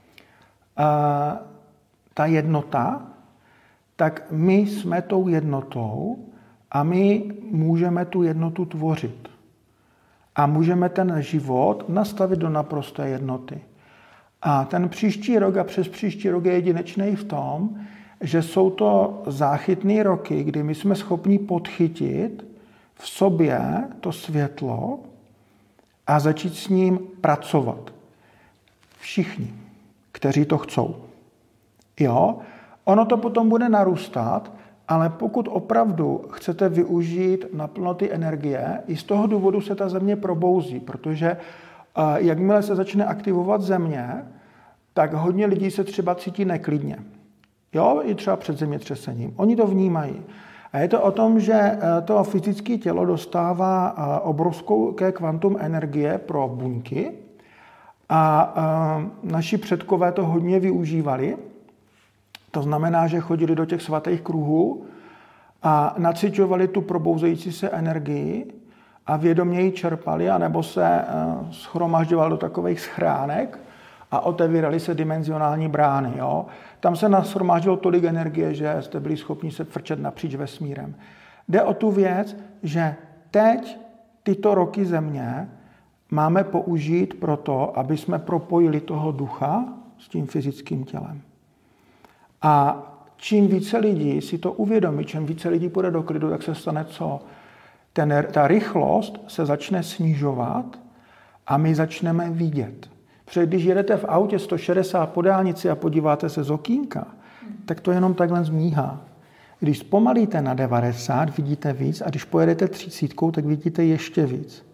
ta jednota, tak my jsme tou jednotou a my můžeme tu jednotu tvořit. A můžeme ten život nastavit do naprosté jednoty. A ten příští rok a přes příští rok je jedinečný v tom, že jsou to záchytné roky, kdy my jsme schopni podchytit v sobě to světlo a začít s ním pracovat. Všichni, kteří to chcou. Jo, ono to potom bude narůstat, ale pokud opravdu chcete využít naplno ty energie, i z toho důvodu se ta země probouzí, protože jakmile se začne aktivovat země, tak hodně lidí se třeba cítí neklidně. Jo, i třeba před zemětřesením. Oni to vnímají. A je to o tom, že to fyzické tělo dostává obrovské kvantum energie pro buňky a naši předkové to hodně využívali. To znamená, že chodili do těch svatých kruhů a naciťovali tu probouzející se energii a vědomě ji čerpali, anebo se shromažďovali do takových schránek a otevíraly se dimenzionální brány. Jo? Tam se nashromáždilo tolik energie, že jste byli schopni se frčet napříč vesmírem. Jde o tu věc, že teď tyto roky země máme použít pro to, aby jsme propojili toho ducha s tím fyzickým tělem. A čím více lidí si to uvědomí, čím více lidí půjde do klidu, tak se stane co? Ta rychlost se začne snižovat a my začneme vidět. Protože když jedete v autě 160 po dálnici a podíváte se z okýnka, tak to jenom takhle zmíhá. Když zpomalíte na 90, vidíte víc a když pojedete 30, tak vidíte ještě víc.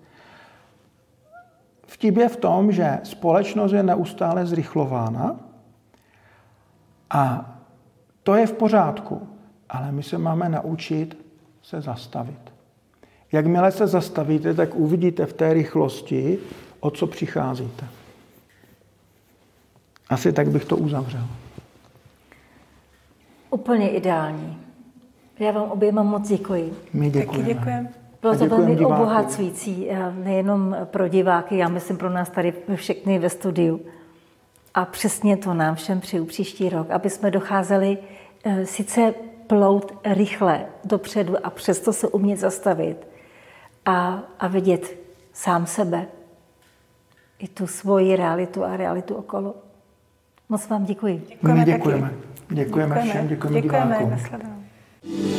Vtip je v tom, že společnost je neustále zrychlována a to je v pořádku, ale my se máme naučit se zastavit. Jakmile se zastavíte, tak uvidíte v té rychlosti, o co přicházíte. Asi tak bych to uzavřel. Úplně ideální. Já vám oběma moc děkuji. My děkujeme. Taky děkujeme. Bylo to velmi divákům. obohacující, nejenom pro diváky, já myslím pro nás tady všechny ve studiu. A přesně to nám všem přeju příští rok, aby jsme docházeli sice plout rychle dopředu a přesto se umět zastavit a vidět sám sebe, i tu svoji realitu a realitu okolo. Moc vám děkuji. My děkujeme. Děkujeme všem, děkujeme divákům. Nashledanou.